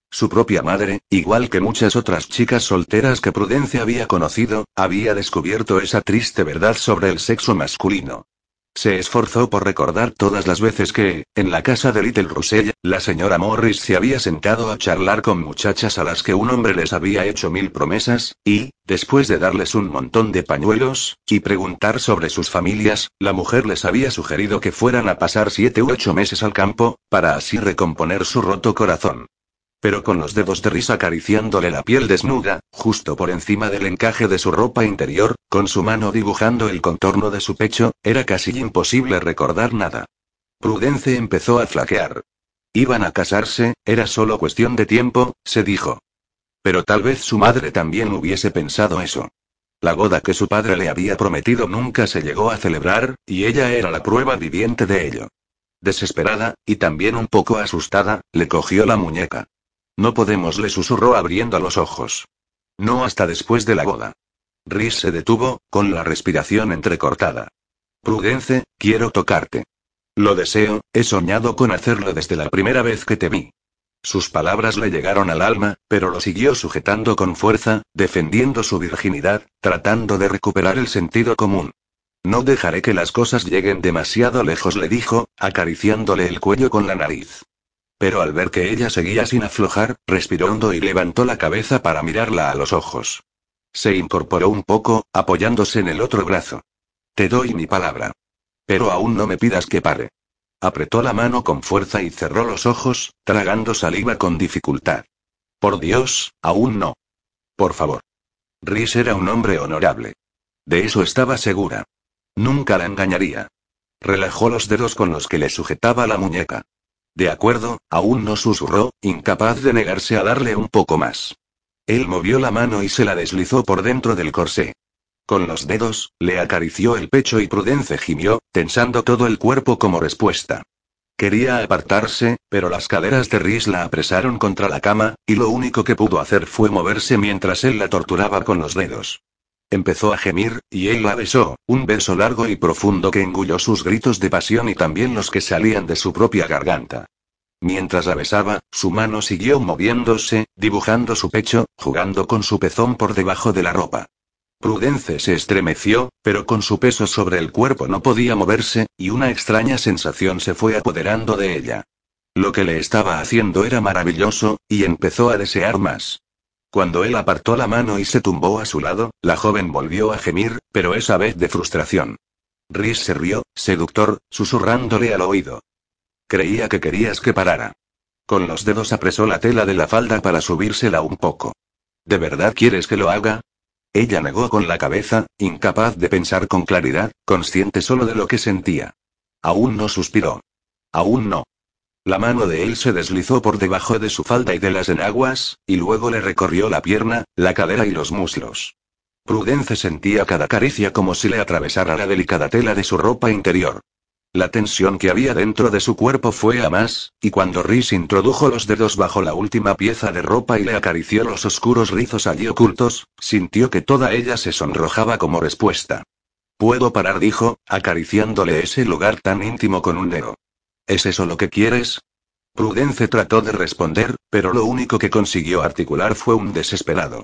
Speaker 1: Su propia madre, igual que muchas otras chicas solteras que Prudence había conocido, había descubierto esa triste verdad sobre el sexo masculino. Se esforzó por recordar todas las veces que, en la casa de Little Russell, la señora Morris se había sentado a charlar con muchachas a las que un hombre les había hecho mil promesas, y, después de darles un montón de pañuelos, y preguntar sobre sus familias, la mujer les había sugerido que fueran a pasar siete u ocho meses al campo, para así recomponer su roto corazón. Pero con los dedos de Rhys acariciándole la piel desnuda, justo por encima del encaje de su ropa interior, con su mano dibujando el contorno de su pecho, era casi imposible recordar nada. Prudence empezó a flaquear. Iban a casarse, era solo cuestión de tiempo, se dijo. Pero tal vez su madre también hubiese pensado eso. La boda que su padre le había prometido nunca se llegó a celebrar, y ella era la prueba viviente de ello. Desesperada, y también un poco asustada, le cogió la muñeca. No podemos, le susurró abriendo los ojos. No hasta después de la boda. Rhys se detuvo, con la respiración entrecortada. Prudence, quiero tocarte. Lo deseo, he soñado con hacerlo desde la primera vez que te vi. Sus palabras le llegaron al alma, pero lo siguió sujetando con fuerza, defendiendo su virginidad, tratando de recuperar el sentido común. No dejaré que las cosas lleguen demasiado lejos, le dijo, acariciándole el cuello con la nariz. Pero al ver que ella seguía sin aflojar, respiró hondo y levantó la cabeza para mirarla a los ojos. Se incorporó un poco, apoyándose en el otro brazo. Te doy mi palabra. Pero aún no me pidas que pare. Apretó la mano con fuerza y cerró los ojos, tragando saliva con dificultad. Por Dios, aún no. Por favor. Rhys era un hombre honorable. De eso estaba segura. Nunca la engañaría. Relajó los dedos con los que le sujetaba la muñeca. De acuerdo, aún no, susurró, incapaz de negarse a darle un poco más. Él movió la mano y se la deslizó por dentro del corsé. Con los dedos, le acarició el pecho y Prudence gimió, tensando todo el cuerpo como respuesta. Quería apartarse, pero las caderas de Rhys la apresaron contra la cama, y lo único que pudo hacer fue moverse mientras él la torturaba con los dedos. Empezó a gemir, y él la besó, un beso largo y profundo que engulló sus gritos de pasión y también los que salían de su propia garganta. Mientras la besaba, su mano siguió moviéndose, dibujando su pecho, jugando con su pezón por debajo de la ropa. Prudence se estremeció, pero con su peso sobre el cuerpo no podía moverse, y una extraña sensación se fue apoderando de ella. Lo que le estaba haciendo era maravilloso, y empezó a desear más. Cuando él apartó la mano y se tumbó a su lado, la joven volvió a gemir, pero esa vez de frustración. Rhys se rió, seductor, susurrándole al oído. Creía que querías que parara. Con los dedos apresó la tela de la falda para subírsela un poco. ¿De verdad quieres que lo haga? Ella negó con la cabeza, incapaz de pensar con claridad, consciente solo de lo que sentía. Aún no, suspiró. Aún no. La mano de él se deslizó por debajo de su falda y de las enaguas, y luego le recorrió la pierna, la cadera y los muslos. Prudence sentía cada caricia como si le atravesara la delicada tela de su ropa interior. La tensión que había dentro de su cuerpo fue a más, y cuando Rhys introdujo los dedos bajo la última pieza de ropa y le acarició los oscuros rizos allí ocultos, sintió que toda ella se sonrojaba como respuesta. Puedo parar, dijo, acariciándole ese lugar tan íntimo con un dedo. ¿Es eso lo que quieres? Prudence trató de responder, pero lo único que consiguió articular fue un desesperado.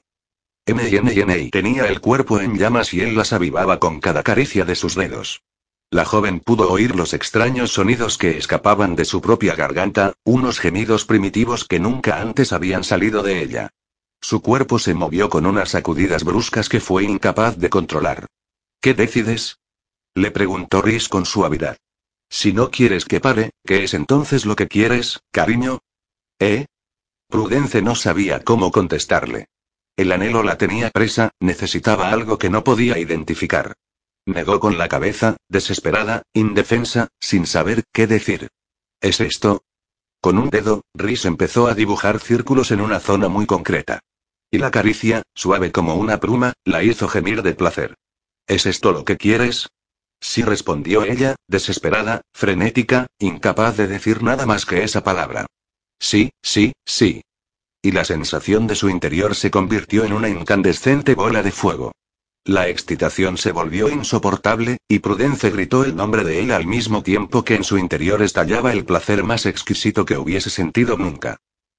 Speaker 1: M N N tenía el cuerpo en llamas y él las avivaba con cada caricia de sus dedos. La joven pudo oír los extraños sonidos que escapaban de su propia garganta, unos gemidos primitivos que nunca antes habían salido de ella. Su cuerpo se movió con unas sacudidas bruscas que fue incapaz de controlar. ¿Qué decides? Le preguntó Rhys con suavidad. Si no quieres que pare, ¿qué es entonces lo que quieres, cariño? ¿Eh? Prudence no sabía cómo contestarle. El anhelo la tenía presa, necesitaba algo que no podía identificar. Negó con la cabeza, desesperada, indefensa, sin saber qué decir. ¿Es esto? Con un dedo, Rhys empezó a dibujar círculos en una zona muy concreta. Y la caricia, suave como una pluma, la hizo gemir de placer. ¿Es esto lo que quieres? Sí, respondió ella, desesperada, frenética, incapaz de decir nada más que esa palabra. Sí, sí, sí. Y la sensación de su interior se convirtió en una incandescente bola de fuego. La excitación se volvió insoportable, y Prudence gritó el nombre de él al mismo tiempo que en su interior estallaba el placer más exquisito que hubiese sentido nunca.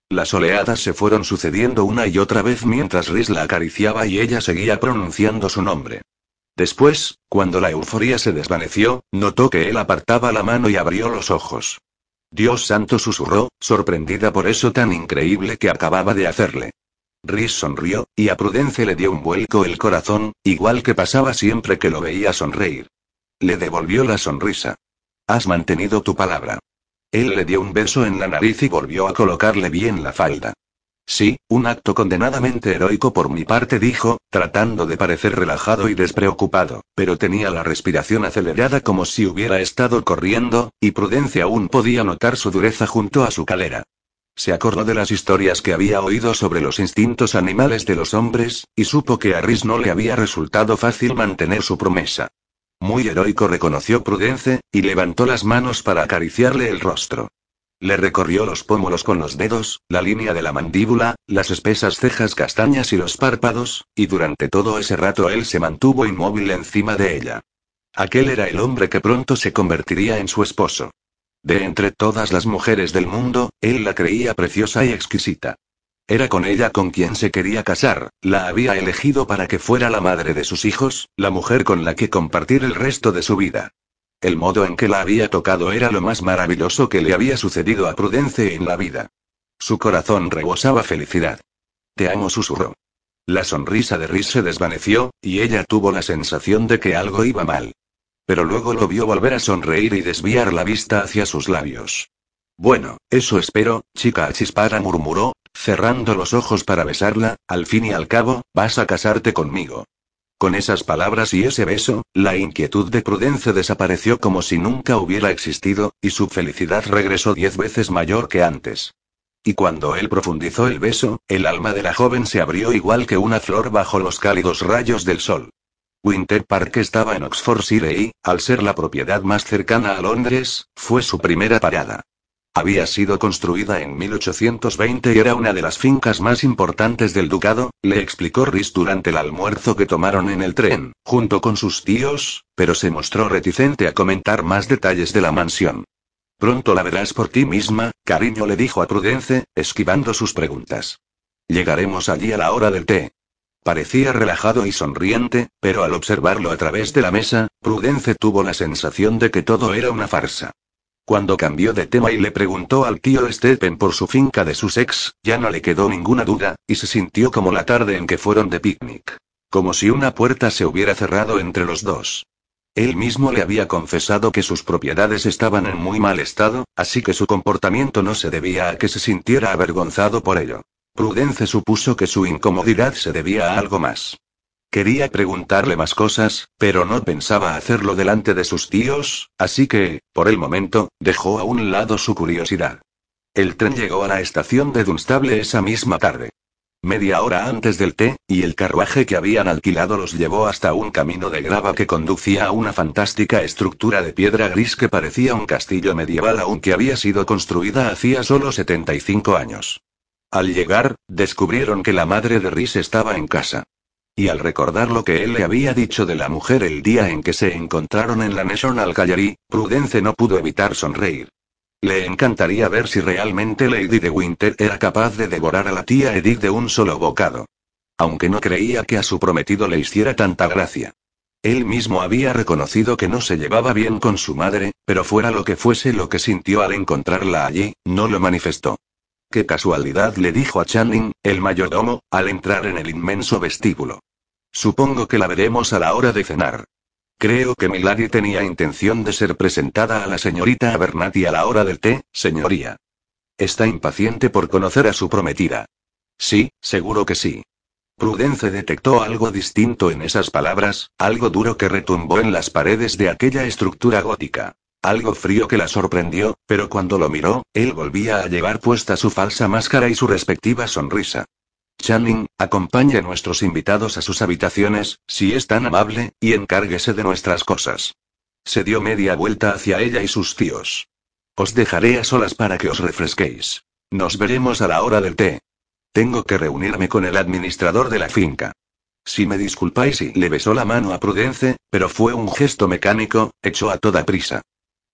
Speaker 1: Las oleadas se fueron sucediendo una y otra vez mientras Rhys la acariciaba y ella seguía pronunciando su nombre. Después, cuando la euforia se desvaneció, notó que él apartaba la mano y abrió los ojos. Dios santo, susurró, sorprendida por eso tan increíble que acababa de hacerle. Rhys sonrió, y a Prudence le dio un vuelco el corazón, igual que pasaba siempre que lo veía sonreír. Le devolvió la sonrisa. Has mantenido tu palabra. Él le dio un beso en la nariz y volvió a colocarle bien la falda. Sí, un acto condenadamente heroico por mi parte, dijo, tratando de parecer relajado y despreocupado, pero tenía la respiración acelerada como si hubiera estado corriendo, y Prudence aún podía notar su dureza junto a su cadera. Se acordó de las historias que había oído sobre los instintos animales de los hombres, y supo que a Rhys no le había resultado fácil mantener su promesa. Muy heroico, reconoció Prudence, y levantó las manos para acariciarle el rostro. Le recorrió los pómulos con los dedos, la línea de la mandíbula, las espesas cejas castañas y los párpados, y durante todo ese rato él se mantuvo inmóvil encima de ella. Aquel era el hombre que pronto se convertiría en su esposo. De entre todas las mujeres del mundo, él la creía preciosa y exquisita. Era con ella con quien se quería casar, la había elegido para que fuera la madre de sus hijos, la mujer con la que compartir el resto de su vida. El modo en que la había tocado era lo más maravilloso que le había sucedido a Prudence en la vida. Su corazón rebosaba felicidad. Te amo, susurró. La sonrisa de Rhys se desvaneció, y ella tuvo la sensación de que algo iba mal. Pero luego lo vio volver a sonreír y desviar la vista hacia sus labios. Bueno, eso espero, chica achispada, murmuró, cerrando los ojos para besarla, al fin y al cabo, vas a casarte conmigo. Con esas palabras y ese beso, la inquietud de Prudence desapareció como si nunca hubiera existido, y su felicidad regresó diez veces mayor que antes. Y cuando él profundizó el beso, el alma de la joven se abrió igual que una flor bajo los cálidos rayos del sol. Winter Park estaba en Oxfordshire y, al ser la propiedad más cercana a Londres, fue su primera parada. Había sido construida en mil ochocientos veinte y era una de las fincas más importantes del ducado, le explicó Rhys durante el almuerzo que tomaron en el tren, junto con sus tíos, pero se mostró reticente a comentar más detalles de la mansión. Pronto la verás por ti misma, cariño, le dijo a Prudence, esquivando sus preguntas. Llegaremos allí a la hora del té. Parecía relajado y sonriente, pero al observarlo a través de la mesa, Prudence tuvo la sensación de que todo era una farsa. Cuando cambió de tema y le preguntó al tío Stephen por su finca de Sussex, ya no le quedó ninguna duda, y se sintió como la tarde en que fueron de picnic. Como si una puerta se hubiera cerrado entre los dos. Él mismo le había confesado que sus propiedades estaban en muy mal estado, así que su comportamiento no se debía a que se sintiera avergonzado por ello. Prudence supuso que su incomodidad se debía a algo más. Quería preguntarle más cosas, pero no pensaba hacerlo delante de sus tíos, así que, por el momento, dejó a un lado su curiosidad. El tren llegó a la estación de Dunstable esa misma tarde. Media hora antes del té, y el carruaje que habían alquilado los llevó hasta un camino de grava que conducía a una fantástica estructura de piedra gris que parecía un castillo medieval aunque había sido construida hacía solo setenta y cinco años. Al llegar, descubrieron que la madre de Rhys estaba en casa. Y al recordar lo que él le había dicho de la mujer el día en que se encontraron en la National Gallery, Prudence no pudo evitar sonreír. Le encantaría ver si realmente Lady de Winter era capaz de devorar a la tía Edith de un solo bocado. Aunque no creía que a su prometido le hiciera tanta gracia. Él mismo había reconocido que no se llevaba bien con su madre, pero fuera lo que fuese lo que sintió al encontrarla allí, no lo manifestó. Qué casualidad, le dijo a Channing, el mayordomo, al entrar en el inmenso vestíbulo. Supongo que la veremos a la hora de cenar. Creo que Milady tenía intención de ser presentada a la señorita Abernathy a la hora del té, señoría. Está impaciente por conocer a su prometida. Sí, seguro que sí. Prudence detectó algo distinto en esas palabras, algo duro que retumbó en las paredes de aquella estructura gótica. Algo frío que la sorprendió, pero cuando lo miró, él volvía a llevar puesta su falsa máscara y su respectiva sonrisa. Channing, acompañe a nuestros invitados a sus habitaciones, si es tan amable, y encárguese de nuestras cosas. Se dio media vuelta hacia ella y sus tíos. Os dejaré a solas para que os refresquéis. Nos veremos a la hora del té. Tengo que reunirme con el administrador de la finca. Si me disculpáis, y le besó la mano a Prudence, pero fue un gesto mecánico, echó a toda prisa.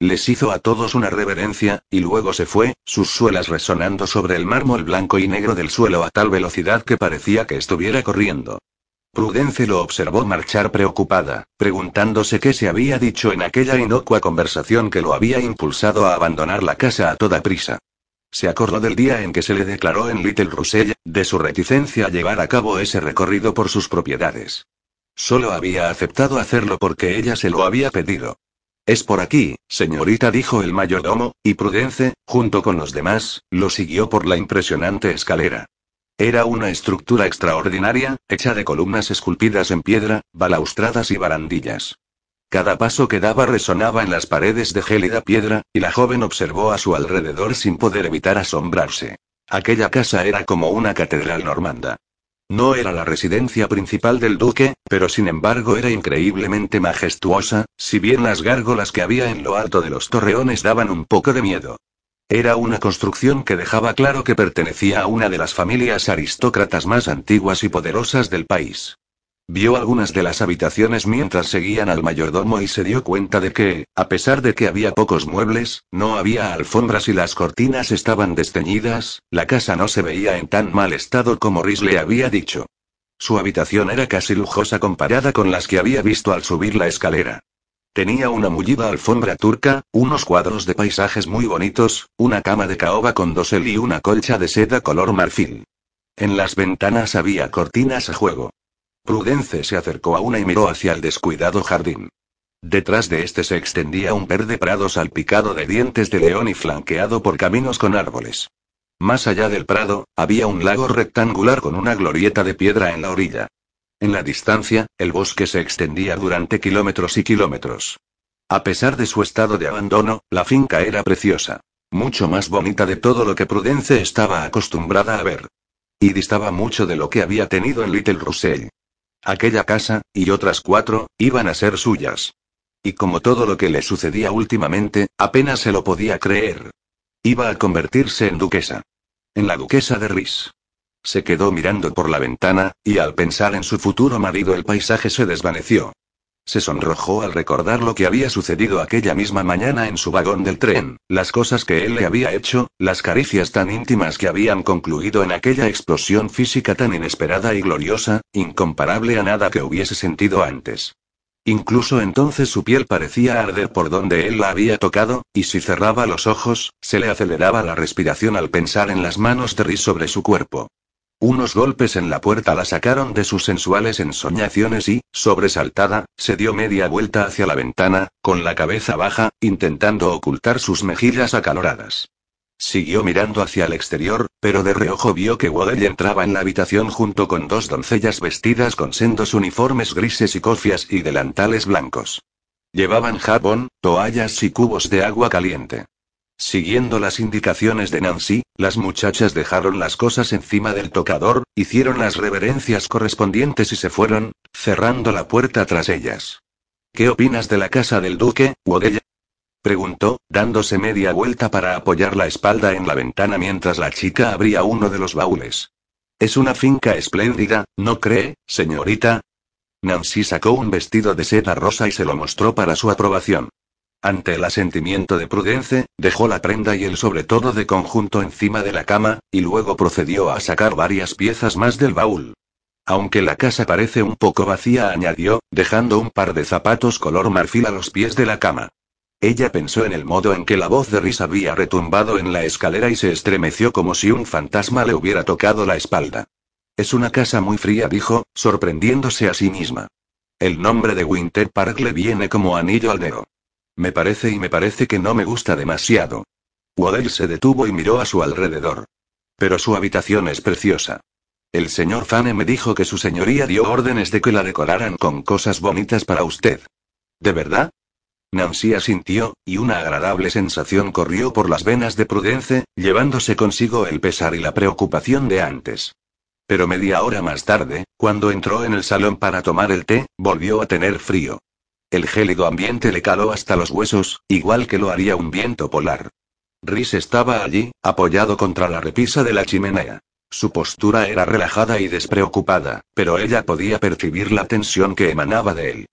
Speaker 1: Les hizo a todos una reverencia, y luego se fue, sus suelas resonando sobre el mármol blanco y negro del suelo a tal velocidad que parecía que estuviera corriendo. Prudence lo observó marchar preocupada, preguntándose qué se había dicho en aquella inocua conversación que lo había impulsado a abandonar la casa a toda prisa. Se acordó del día en que se le declaró en Little Russell, de su reticencia a llevar a cabo ese recorrido por sus propiedades. Solo había aceptado hacerlo porque ella se lo había pedido. Es por aquí, señorita, dijo el mayordomo, y Prudence, junto con los demás, lo siguió por la impresionante escalera. Era una estructura extraordinaria, hecha de columnas esculpidas en piedra, balaustradas y barandillas. Cada paso que daba resonaba en las paredes de gélida piedra, y la joven observó a su alrededor sin poder evitar asombrarse. Aquella casa era como una catedral normanda. No era la residencia principal del duque, pero sin embargo era increíblemente majestuosa, si bien las gárgolas que había en lo alto de los torreones daban un poco de miedo. Era una construcción que dejaba claro que pertenecía a una de las familias aristócratas más antiguas y poderosas del país. Vio algunas de las habitaciones mientras seguían al mayordomo y se dio cuenta de que, a pesar de que había pocos muebles, no había alfombras y las cortinas estaban desteñidas, la casa no se veía en tan mal estado como Rhys le había dicho. Su habitación era casi lujosa comparada con las que había visto al subir la escalera. Tenía una mullida alfombra turca, unos cuadros de paisajes muy bonitos, una cama de caoba con dosel y una colcha de seda color marfil. En las ventanas había cortinas a juego. Prudence se acercó a una y miró hacia el descuidado jardín. Detrás de este se extendía un verde prado salpicado de dientes de león y flanqueado por caminos con árboles. Más allá del prado, había un lago rectangular con una glorieta de piedra en la orilla. En la distancia, el bosque se extendía durante kilómetros y kilómetros. A pesar de su estado de abandono, la finca era preciosa. Mucho más bonita de todo lo que Prudence estaba acostumbrada a ver. Y distaba mucho de lo que había tenido en Little Russell. Aquella casa, y otras cuatro, iban a ser suyas. Y como todo lo que le sucedía últimamente, apenas se lo podía creer. Iba a convertirse en duquesa. En la duquesa de Rhys. Se quedó mirando por la ventana, y al pensar en su futuro marido el paisaje se desvaneció. Se sonrojó al recordar lo que había sucedido aquella misma mañana en su vagón del tren, las cosas que él le había hecho, las caricias tan íntimas que habían concluido en aquella explosión física tan inesperada y gloriosa, incomparable a nada que hubiese sentido antes. Incluso entonces su piel parecía arder por donde él la había tocado, y si cerraba los ojos, se le aceleraba la respiración al pensar en las manos de Rhys sobre su cuerpo. Unos golpes en la puerta la sacaron de sus sensuales ensoñaciones y, sobresaltada, se dio media vuelta hacia la ventana, con la cabeza baja, intentando ocultar sus mejillas acaloradas. Siguió mirando hacia el exterior, pero de reojo vio que Waddell entraba en la habitación junto con dos doncellas vestidas con sendos uniformes grises y cofias y delantales blancos. Llevaban jabón, toallas y cubos de agua caliente. Siguiendo las indicaciones de Nancy, las muchachas dejaron las cosas encima del tocador, hicieron las reverencias correspondientes y se fueron, cerrando la puerta tras ellas. ¿Qué opinas de la casa del duque, Waddell?, preguntó, dándose media vuelta para apoyar la espalda en la ventana mientras la chica abría uno de los baúles. Es una finca espléndida, ¿no cree, señorita? Nancy sacó un vestido de seda rosa y se lo mostró para su aprobación. Ante el asentimiento de Prudence, dejó la prenda y el sobretodo de conjunto encima de la cama, y luego procedió a sacar varias piezas más del baúl. Aunque la casa parece un poco vacía, añadió, dejando un par de zapatos color marfil a los pies de la cama. Ella pensó en el modo en que la voz de Rhys había retumbado en la escalera y se estremeció como si un fantasma le hubiera tocado la espalda. Es una casa muy fría, dijo, sorprendiéndose a sí misma. El nombre de Winter Park le viene como anillo al dedo. Me parece y me parece que no me gusta demasiado. Waddell se detuvo y miró a su alrededor. Pero su habitación es preciosa. El señor Fane me dijo que su señoría dio órdenes de que la decoraran con cosas bonitas para usted. ¿De verdad? Nancy asintió, y una agradable sensación corrió por las venas de Prudence, llevándose consigo el pesar y la preocupación de antes. Pero media hora más tarde, cuando entró en el salón para tomar el té, volvió a tener frío. El gélido ambiente le caló hasta los huesos, igual que lo haría un viento polar. Rhys estaba allí, apoyado contra la repisa de la chimenea. Su postura era relajada y despreocupada, pero ella podía percibir la tensión que emanaba de él.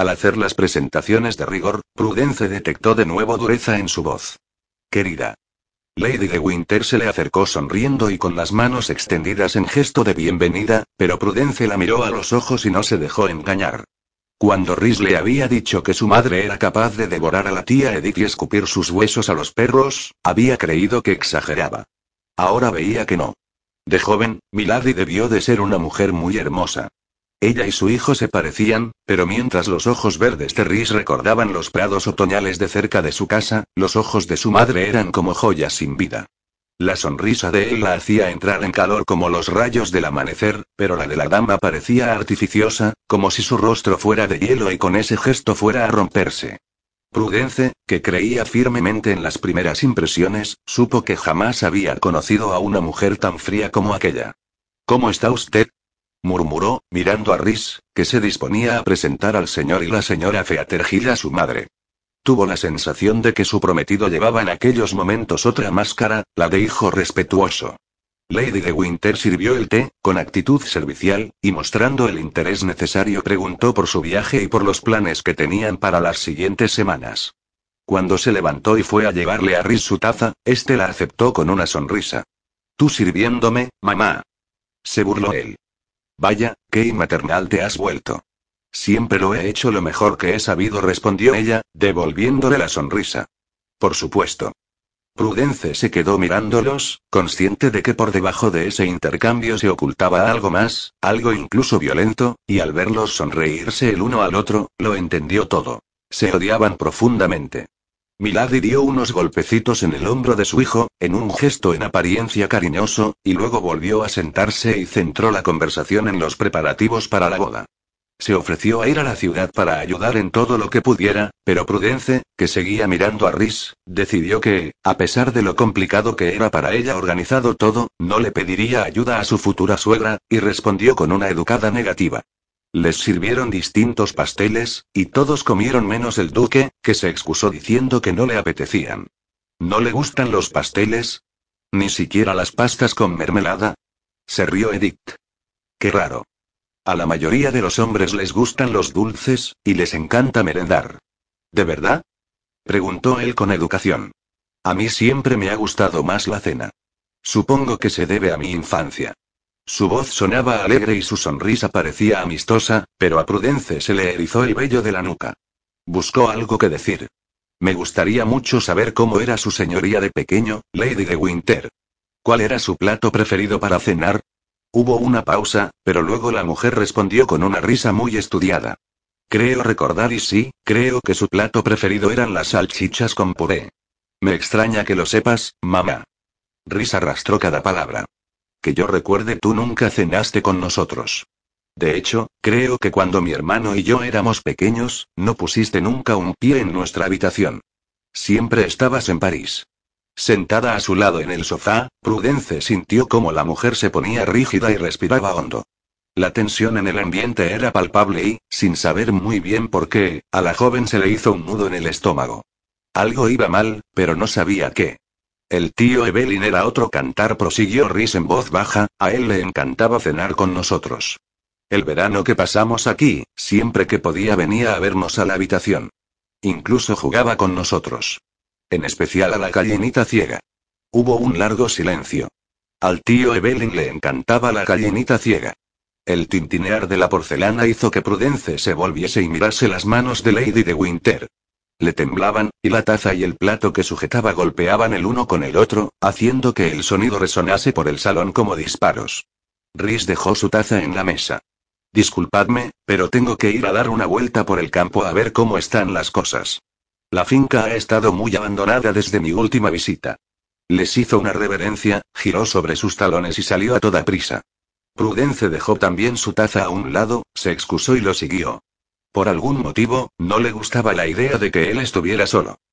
Speaker 1: Al hacer las presentaciones de rigor, Prudence detectó de nuevo dureza en su voz. Querida. Lady de Winter se le acercó sonriendo y con las manos extendidas en gesto de bienvenida, pero Prudence la miró a los ojos y no se dejó engañar. Cuando Rhys le había dicho que su madre era capaz de devorar a la tía Edith y escupir sus huesos a los perros, había creído que exageraba. Ahora veía que no. De joven, Milady debió de ser una mujer muy hermosa. Ella y su hijo se parecían, pero mientras los ojos verdes de Rhys recordaban los prados otoñales de cerca de su casa, los ojos de su madre eran como joyas sin vida. La sonrisa de él la hacía entrar en calor como los rayos del amanecer, pero la de la dama parecía artificiosa, como si su rostro fuera de hielo y con ese gesto fuera a romperse. Prudence, que creía firmemente en las primeras impresiones, supo que jamás había conocido a una mujer tan fría como aquella. ¿Cómo está usted?, murmuró, mirando a Rhys, que se disponía a presentar al señor y la señora Featherhill a su madre. Tuvo la sensación de que su prometido llevaba en aquellos momentos otra máscara, la de hijo respetuoso. Lady de Winter sirvió el té, con actitud servicial, y mostrando el interés necesario preguntó por su viaje y por los planes que tenían para las siguientes semanas. Cuando se levantó y fue a llevarle a Rhys su taza, este la aceptó con una sonrisa. «¿Tú sirviéndome, mamá?», se burló él. «Vaya, qué inmaternal te has vuelto». «Siempre lo he hecho lo mejor que he sabido», respondió ella, devolviéndole la sonrisa. «Por supuesto». Prudence se quedó mirándolos, consciente de que por debajo de ese intercambio se ocultaba algo más, algo incluso violento, y al verlos sonreírse el uno al otro, lo entendió todo. Se odiaban profundamente. Milady dio unos golpecitos en el hombro de su hijo, en un gesto en apariencia cariñoso, y luego volvió a sentarse y centró la conversación en los preparativos para la boda. Se ofreció a ir a la ciudad para ayudar en todo lo que pudiera, pero Prudence, que seguía mirando a Rhys, decidió que, a pesar de lo complicado que era para ella organizado todo, no le pediría ayuda a su futura suegra, y respondió con una educada negativa. Les sirvieron distintos pasteles, y todos comieron menos el duque, que se excusó diciendo que no le apetecían. ¿No le gustan los pasteles? ¿Ni siquiera las pastas con mermelada? Se rió Edith. Qué raro. A la mayoría de los hombres les gustan los dulces, y les encanta merendar. ¿De verdad?, preguntó él con educación. A mí siempre me ha gustado más la cena. Supongo que se debe a mi infancia. Su voz sonaba alegre y su sonrisa parecía amistosa, pero a Prudence se le erizó el vello de la nuca. Buscó algo que decir. Me gustaría mucho saber cómo era su señoría de pequeño, Lady de Winter. ¿Cuál era su plato preferido para cenar? Hubo una pausa, pero luego la mujer respondió con una risa muy estudiada. Creo recordar y sí, creo que su plato preferido eran las salchichas con puré. Me extraña que lo sepas, mamá. Rhys arrastró cada palabra. Que yo recuerde, tú nunca cenaste con nosotros. De hecho, creo que cuando mi hermano y yo éramos pequeños, no pusiste nunca un pie en nuestra habitación. Siempre estabas en París. Sentada a su lado en el sofá, Prudence sintió cómo la mujer se ponía rígida y respiraba hondo. La tensión en el ambiente era palpable y, sin saber muy bien por qué, a la joven se le hizo un nudo en el estómago. Algo iba mal, pero no sabía qué. El tío Evelyn era otro cantar, prosiguió Rhys en voz baja, a él le encantaba cenar con nosotros. El verano que pasamos aquí, siempre que podía venía a vernos a la habitación. Incluso jugaba con nosotros. En especial a la gallinita ciega. Hubo un largo silencio. Al tío Evelyn le encantaba la gallinita ciega. El tintinear de la porcelana hizo que Prudence se volviese y mirase las manos de Lady de Winter. Le temblaban, y la taza y el plato que sujetaba golpeaban el uno con el otro, haciendo que el sonido resonase por el salón como disparos. Rhys dejó su taza en la mesa. Disculpadme, pero tengo que ir a dar una vuelta por el campo a ver cómo están las cosas. La finca ha estado muy abandonada desde mi última visita. Les hizo una reverencia, giró sobre sus talones y salió a toda prisa. Prudence dejó también su taza a un lado, se excusó y lo siguió. Por algún motivo, no le gustaba la idea de que él estuviera solo.